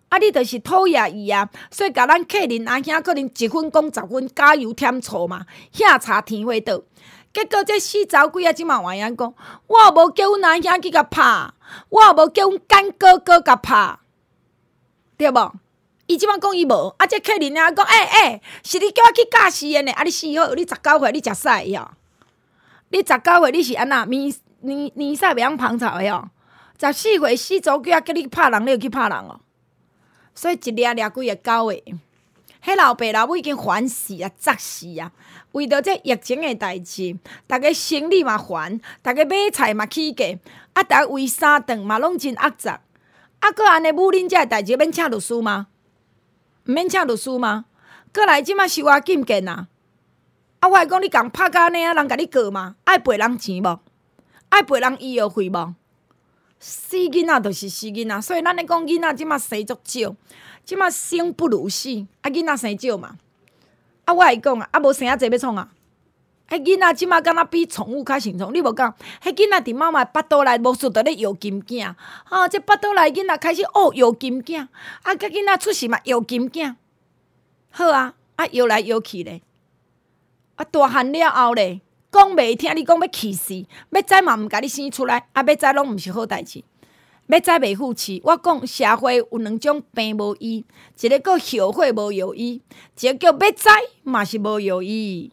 [SPEAKER 2] 你就是讨厌伊啊，所以甲咱客人阿兄可能1分讲10分，加油添醋嘛，遐差天花倒。结果这死查某鬼啊，即马换样讲，我无叫阮阿兄去甲拍，我无叫阮干哥哥甲拍，对无？伊即马讲伊无，这客人啊讲，是你叫我去教死的呢？你死好，你19岁你食屎哟？你19岁你是安那年屎袂晓芳草的哟？14岁死查某鬼啊，叫你拍人，你就去拍人哦。所以一掠掠几个狗的，迄老爸老母已经烦死啊，责死啊！为着这疫情的代志，逐个生理嘛烦，逐个买菜嘛起价，逐个为三顿嘛拢真恶杂。搁安尼母恁遮的代志免请律师吗？毋免请律师吗？过来即马收我禁见啊！我会讲你共拍甲安尼啊，人甲你告嘛？爱赔人钱无？爱赔人医药费无？死囡仔就是死囡仔，所以咱咧讲囡仔即马生足少，即马生不如死，囡仔生少嘛。我会讲啊，无生啊济要创啊？囡仔即马敢若比宠物较成宠，你无讲？囡仔伫妈妈腹肚内无数得咧摇金囝，这腹肚内囡仔开始摇金囝，甲囡仔出世嘛摇金囝，好啊，摇来摇去咧，大汉了后咧。讲袂听，你讲要气死，要知嘛毋甲你生出来，要知拢毋是好代志，要知袂负气。我讲社会有2种病无医，一个叫后悔无药医，一个叫要知嘛是无药医。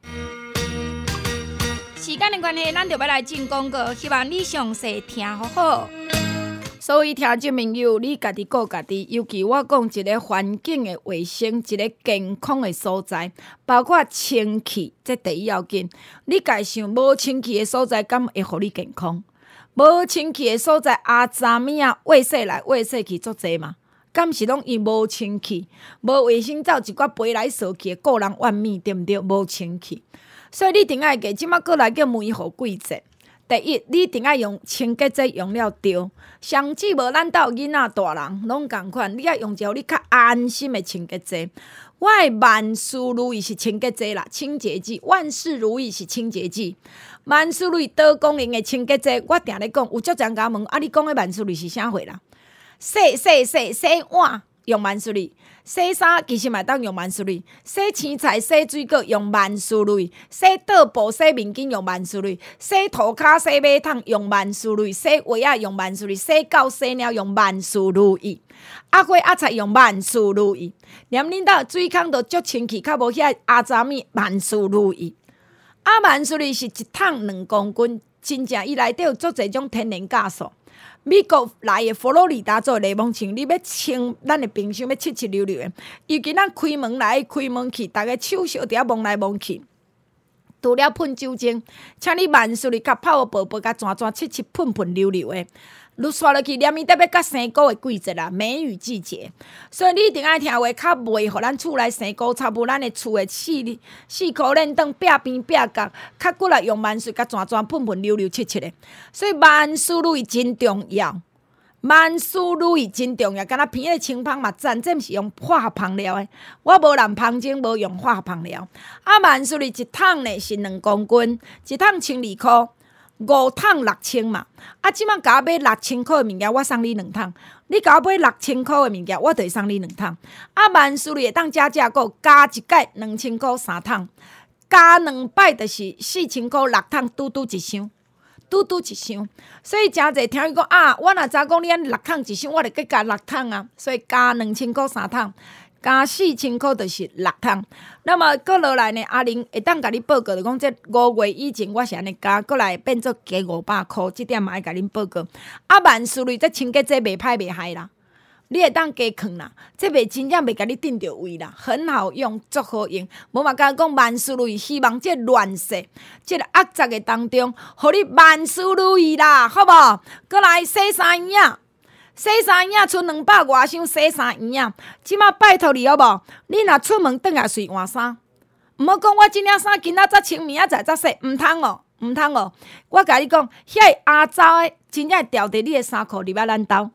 [SPEAKER 2] 时间的关系，咱就要来进广告，希望你详细听好好。所以听众朋友，你家己顾家己，尤其我讲一个环境的卫生，一个健康的所在，包括清气，这第一要紧。你家想无清气的所在，敢会互你健康？无清气的所在，阿查物啊，喂洗来喂洗去足济嘛？敢是拢伊无清气，无卫生，走一寡飞来扫去的个人怨命，对毋对？无清气，所以你一定爱记，即马过来叫梅雨季节。第一，你一定要用清洁剂用了对，上至无咱兜囡仔大人拢共款，你要用一个你较安心的清洁剂。我的万事如意是清洁剂啦，清洁剂，万事如意是清洁剂。万事如意多功能的清洁剂，我定咧讲，有足人甲问，你讲的万事如意是啥货啦？洗碗用万事如意。洗衫其实嘛当用万事如意，洗青菜、洗水果用万事如意，洗桌布、洗面巾用万事如意，洗涂骹、洗马桶用万事如意，洗袜仔用万事如意，洗狗、洗猫用万事如意，花菜用万事如意，连恁兜水孔都足清气，较无遐阿杂物万事如意。万事如意是1桶2公斤，真正伊内底有足侪种天然酵素。美国来的佛罗里达州的柠檬青，你要清咱的冰箱要七七溜溜的，尤其咱开门来开门去，大家手小伫遐摸来摸去，除了喷酒精，请你万事如意甲泡薄薄甲转转七七喷喷溜溜的。愈刷落去，连伊特别甲生菇的季节啦，梅雨季节，所以你一定爱听话，较袂互咱厝内生菇插无咱的厝的四颗链灯壁边壁角，较骨力用万事甲转转喷喷溜溜七七的。所以万事如意真重要，万事如意真重要。敢若鼻的清芳嘛赞，这毋是用化学香料的，我无染芳精，无用化学香料。万事如意1桶呢是2公斤，1桶12块。5桶6000嘛，即摆甲我买6000块的物件，我送你2桶。你甲我买6000块的物件，我就会送你2桶。万事如意会当加价购，加一届2000块3桶，加2摆就是4000块6桶，拄一箱，拄一箱。所以诚济听伊讲我若知讲你安6桶一箱，我就去加6桶啊。所以加2000块3桶。加4000块就是6桶，那么过落来呢？阿玲会当甲你报告，就讲这5月以前我是安尼加，过来变做加500块，这点嘛爱甲恁报告。万事如意这清洁剂袂歹袂害啦，你会当加放啦，这袂真正袂甲你定着位啦，很好用，足好用。无嘛甲讲万事如意，希望这乱世，这个恶杂的当中，互你万事如意啦，好无？过来洗衫衣啊！洗衫衣剩200外箱洗衫衣啊！即马拜托你好无？你若出门转来随换衫，毋好讲我即领衫今仔才穿，明仔载洗，毋通哦，毋通哦！我甲你讲，遐阿走的真正会掉伫你的衫裤入来咱兜，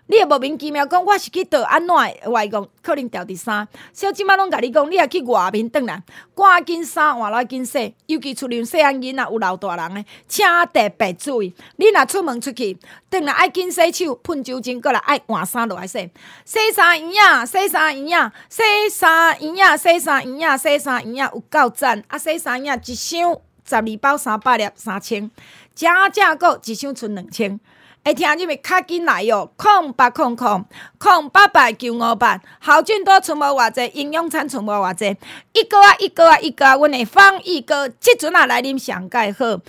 [SPEAKER 2] 你会莫名其妙讲我是去倒安怎的，我会讲可能掉伫衫。所以即摆拢甲你讲，你若去外面转来，赶紧衫换落紧洗，尤其厝里细汉囡仔有老大人的，请特别注意。你若出门出去，转来爱紧洗手，喷酒精，过来爱换衫落来洗。洗衫衣啊，洗衫衣啊，洗衫衣啊，洗衫衣啊，洗衫衣啊，有够赞！啊，洗衫衣啊，一箱12包300粒3000，正正个一箱剩2000。会听入面较紧来哟，0800-058-958，好菌多存无偌济，营养餐存无偌济，一个啊，阮的方一哥，即阵啊来啉上盖好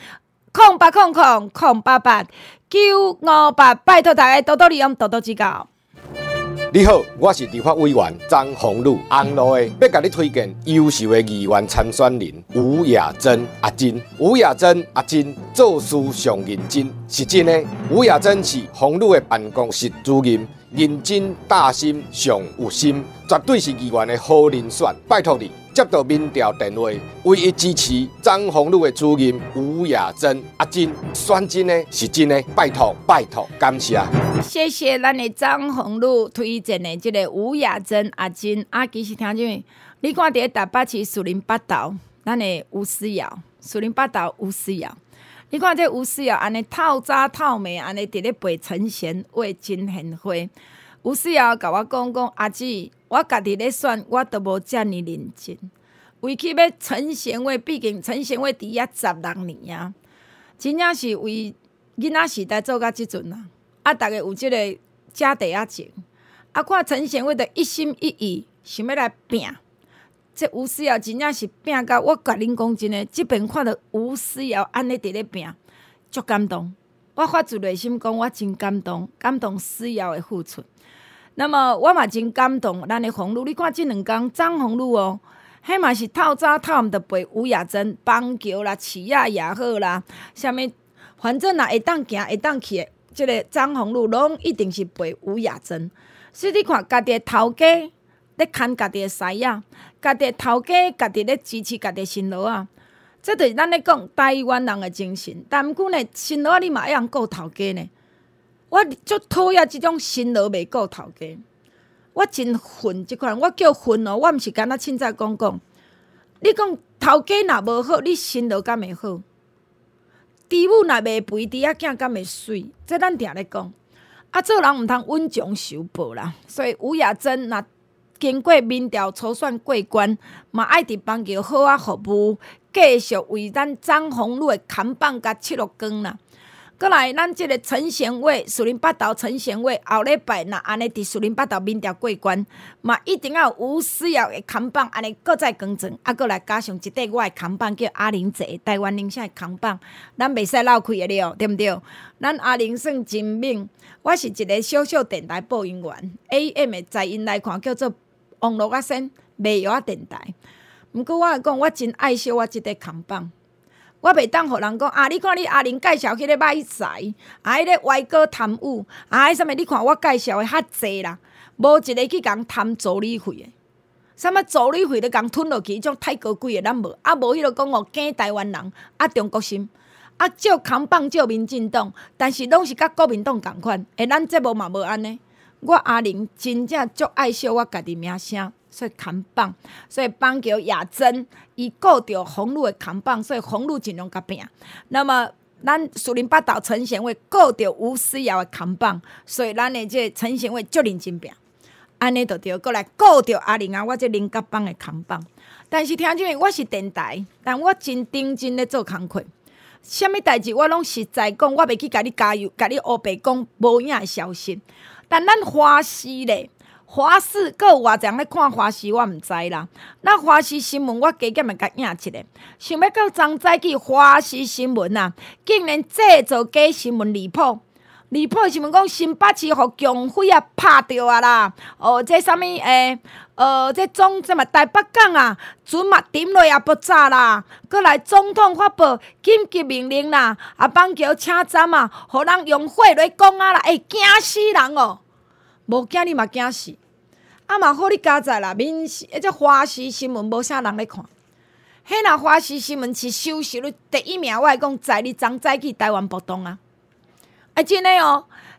[SPEAKER 2] ，0800-058-958，拜托大家多多利用，多多指教。
[SPEAKER 8] 你好，我是立法委员张宏宇，红路的要甲你推荐优秀的议员参选人吴雅珍阿珍。吴雅珍阿珍做事上认真，是真的。吴雅珍是宏宇的办公室主任，认真大心上有心，绝对是议员的好人选。拜托你接到民调电话，唯一支持张宏宇的主任吴雅珍阿珍，选真的是真的。拜托，感谢。
[SPEAKER 2] 谢谢咱的张宏宇推荐的这个吴雅珍阿珍啊，其实听众们，你看伫台北市树林北道，咱的吴思瑶，树林北道吴思瑶，你看这吴思瑶安尼透早透暝安尼伫咧陪陈贤伟真贤惠。吴思瑶甲我讲阿姊，我家己咧选，我都无遮尔认真，为去要陈贤伟，毕竟陈贤伟伫遐16年啊，真正是为囡仔时代做到即阵啊。啊，逐个有即个家底仔情，啊，看陈贤伟的一心一意想要来拼，这吴思瑶真正是拼到我甲恁讲真诶，即边看到吴思瑶安尼伫咧拼，足感动。我发自内心讲，我真感动，感动思瑶的付出。那么我嘛真感动，咱的宏宇，你看即2天张宏宇哦，迄嘛是透早透暗的陪吴雅珍棒球啦、骑亚也好啦，啥物，反正若会当行会当去的。即个张宏宇拢一定是陪吴雅珍，所以你看家己的头家咧牵家己的师仔，家己的头家家己咧支持家己的新罗啊，这就是咱咧讲台湾人的精神。但毋过呢，新罗你嘛会晓顾头家呢。我足讨厌即种新罗袂顾头家，我真恨即款，我叫恨哦，我毋是干那凊彩讲。你讲头家若无好，你新罗敢会好？父母若袂肥，弟仔囝敢会水？这咱定咧讲。啊，做人毋通稳将仇报啦。所以吴雅珍若经过民调初选过关，嘛爱伫棒球好啊服务，继续为咱张宏宇的扛棒甲七六光啦。过来，咱即个陈贤伟，树林北道陈贤伟，后礼拜若安尼伫树林北道民调过关，嘛一定要有吴思瑶的扛棒，安尼搁再更正，啊，过来加上一块我的扛棒叫阿玲姐，台湾人啥的扛棒，咱袂使漏开的了，对毋对？咱阿玲算真猛，我是一个小小电台播音员 ，AM 的在因来看叫做网络啊线，袂晓啊电台。毋过我讲，我真爱惜我即块扛棒。我袂当互人讲啊！你看你阿玲介绍迄个歹财，啊，迄个歪哥贪污，啊，迄啥物？你看我介绍的较济啦，无一个去共贪助理费的。啥物助理费都共吞落去，迄种太高贵的咱无，啊无迄个讲哦，假台湾人，啊中国心，啊照扛棒照民进党，但是拢是甲国民党共款，咱节目嘛无安尼。我阿玲真正足爱惜我家己名声。所以扛棒，所以棒球雅珍伊顾着宏宇的扛棒，所以宏宇尽量甲拼。那么咱树林北道陈贤伟顾着吴思瑶的扛棒，所以咱的这陈贤伟足认真拼。安尼就对，过来顾着阿玲啊，我这林甲棒的扛棒。但是听众，我是电台，但我真认真咧做工课。啥物代志我拢实在讲，我袂去甲你加油，甲你黑白讲无影的消息。但咱华视咧。华视，阁有偌济人咧看华视，我毋知啦。那华视新闻，我加减会甲影一个。想要到昨早起华视新闻啊，竟然制造假新闻离谱。离谱新闻讲新北市互强匪啊拍着啊啦。这啥物这总什么台北港啊，船嘛沉落也不早啦。阁来总统发布紧急命令啦，啊板桥车站啊，互人用火来讲啊啦，惊死人哦！无惊你嘛惊死，啊嘛好你加载啦！民视这华视新闻无啥人咧看，迄若华视新闻是收视率第1名，我会讲在你昨早起台湾暴动啊！真诶哦，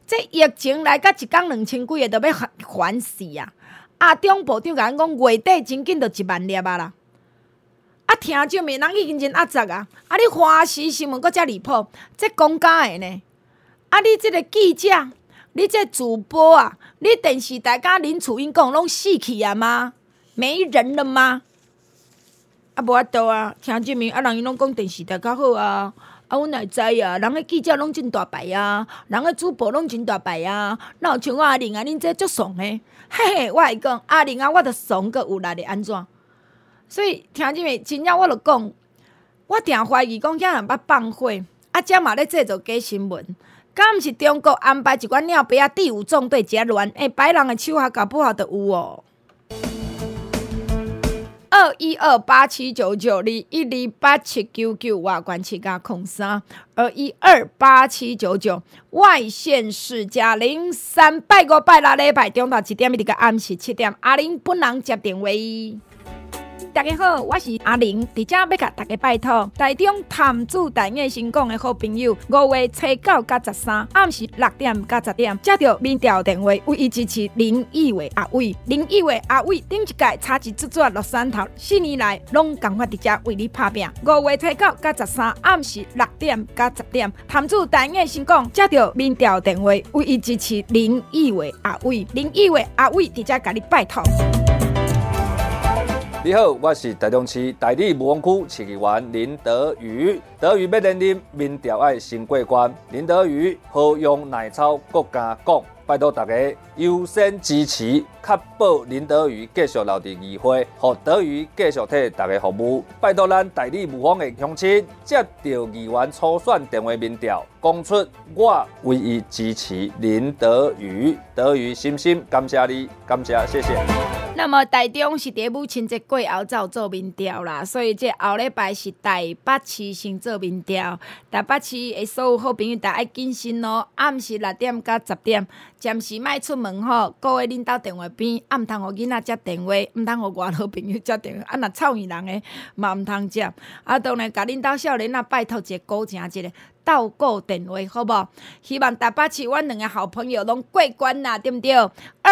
[SPEAKER 2] 这疫情来到1天2000几个，都要烦死啊！啊，中部长甲讲月底真紧就1万粒啊啦！啊，听众们人已经真压杂啊！啊，你华视新闻搁遮离谱，这公家的呢？啊，你这个记者，你这主播啊，你电视台甲林楚英讲拢死去啊吗？没人了吗？啊，无法度啊！听众们啊，人伊拢讲电视台较好啊！啊，阮也知啊，人个记者拢真大牌啊，人个主播拢真大牌啊，哪有像我阿玲啊，恁这足怂的，嘿嘿，我会讲阿玲啊，我着怂个有力的安怎？所以听众们，真正我着讲，我定怀疑讲遐人捌放火，啊，遮嘛咧制作假新闻，敢毋是中国安排一款鸟飞啊，第5纵队截乱，摆人的手下搞不好着有哦。212879921287799外关7加03 2128799外县市加03拜5拜6礼拜中昼1点一直到暗时7点，阿玲本人接电话。大家好，我是阿玲，伫遮要甲大家拜托，台中潭子大雅新港的好朋友，5月初9甲13暗时6点甲10点，接到民调电话，唯一支持林义伟阿伟。林义伟阿伟顶一届差一撮撮落山头，4年来拢共款伫遮为你拍拼。5月初9甲13暗时6点甲10点，潭子大雅新港接到民调电话，唯一支持林义伟阿伟。林义伟阿伟伫遮甲你拜托。
[SPEAKER 4] 你好，我是台中市大理武王区市议员林德瑜。德瑜要连任民调爱先过关，林德瑜好用内操国家讲，拜托大家优先支持，确保林德瑜继续留伫议会，让德瑜继续替大家服务。拜托咱大理武方的乡亲接到议员初选电话民调，讲出我唯一支持林德瑜。德瑜深深感谢你，感谢，谢谢。
[SPEAKER 2] 那么台中是伫母亲节过后才有做民调啦，所以这后礼拜是台北市先做民调。台北市的所有好朋友，大家谨慎哦。暗时6点到10点，暂时莫出门吼。各位恁兜电话边，毋通互囡仔接电话，毋通互外头朋友接电话。啊，若臭耳人的嘛毋通接。啊，当然，甲恁兜少年仔拜托一个鼓声一个。倒购电话好不好？希望台北市阮2个好朋友拢过关啦，对不对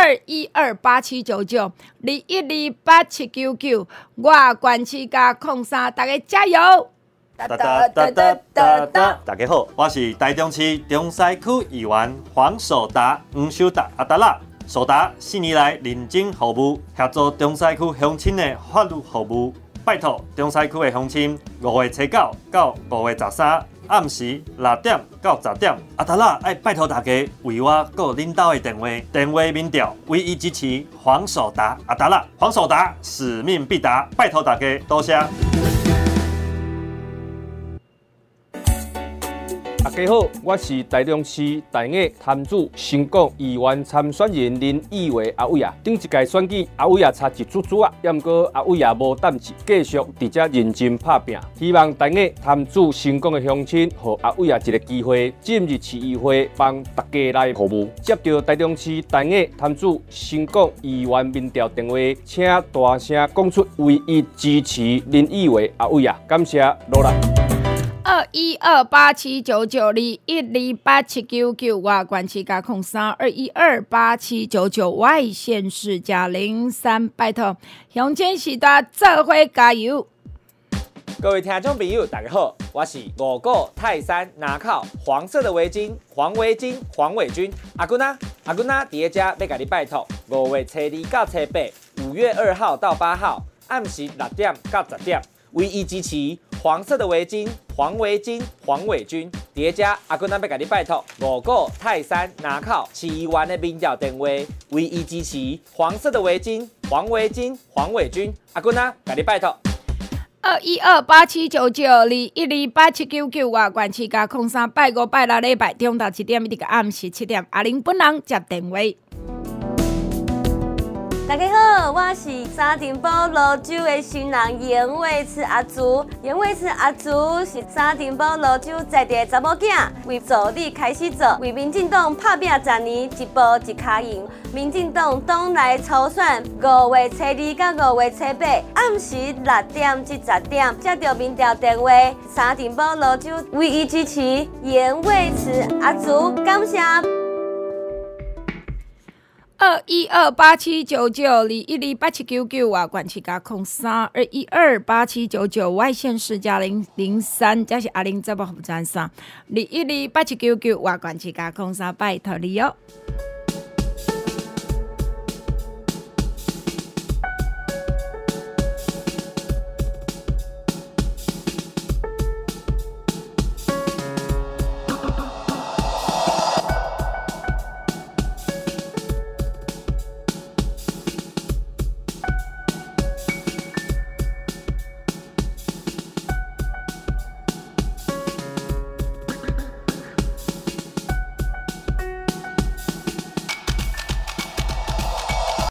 [SPEAKER 2] ？212879921287799外关7加03，大家加油！
[SPEAKER 9] 大家好，我是台中市中西区议员黄守达、黄守达阿达拉。守达4年来认真服务，协助中西区乡亲的法律服务。拜托中西区的乡亲，5月初9到5月13。暗时6点到10点，阿达拉爱拜托大家为我个领导的电话民调，唯一支持黄守达阿达拉，黄守达使命必达，拜托大家多谢。
[SPEAKER 8] 大家好，我是台中市大雅潭子新港议员参选人林义伟阿伟啊。顶一届选举，阿伟啊差一撮撮啊，也毋过阿伟啊无胆志，继续伫遮认真拍拼。希望大雅潭子新港的乡亲，予阿伟啊一个机会，进入市议会帮大家来服务。接到台中市大雅潭子新港议员民调电话，请大声讲出唯一支持林义伟阿伟啊，感谢努力。
[SPEAKER 2] 212879921287799外关7加03 2128799外县市加03，拜托乡亲时代做伙加油！
[SPEAKER 4] 各位听众朋友，大家好，我是5股泰山拿靠黄色的围巾黄围巾黄伟军阿君啊，阿君啊，伫遮要甲你拜托，5月初2到初8，5月2号到8号，暗时6点到10点，唯一支持。黄色的围巾，黄围巾，黄伟军。伫遮阿君仔要甲你拜托，5股泰山拿靠市议员的民调电话，唯一支持黄色的围巾，黄围巾，黄伟军。阿君仔甲你拜托。
[SPEAKER 2] 212879921287799外关7加03拜5拜6礼拜中昼1点一直到暗时7点，阿玲本人接电话。
[SPEAKER 5] 大家好，我是沙丁堡蘆洲的新人严伟慈阿竹。严伟慈阿竹是沙丁堡蘆洲在地查某囝，为助理开始做，为民进党拍拼10年，一步一脚印。民进党党内初选5月初2到5月初8，暗时6点至10点，接到民调电话，沙丁堡蘆洲唯一支持严伟慈阿竹，感谢。
[SPEAKER 2] 2128799212899外管7加0321287799外线市加003，这是阿玲节目服务站321287799外管7加03，拜托你哦。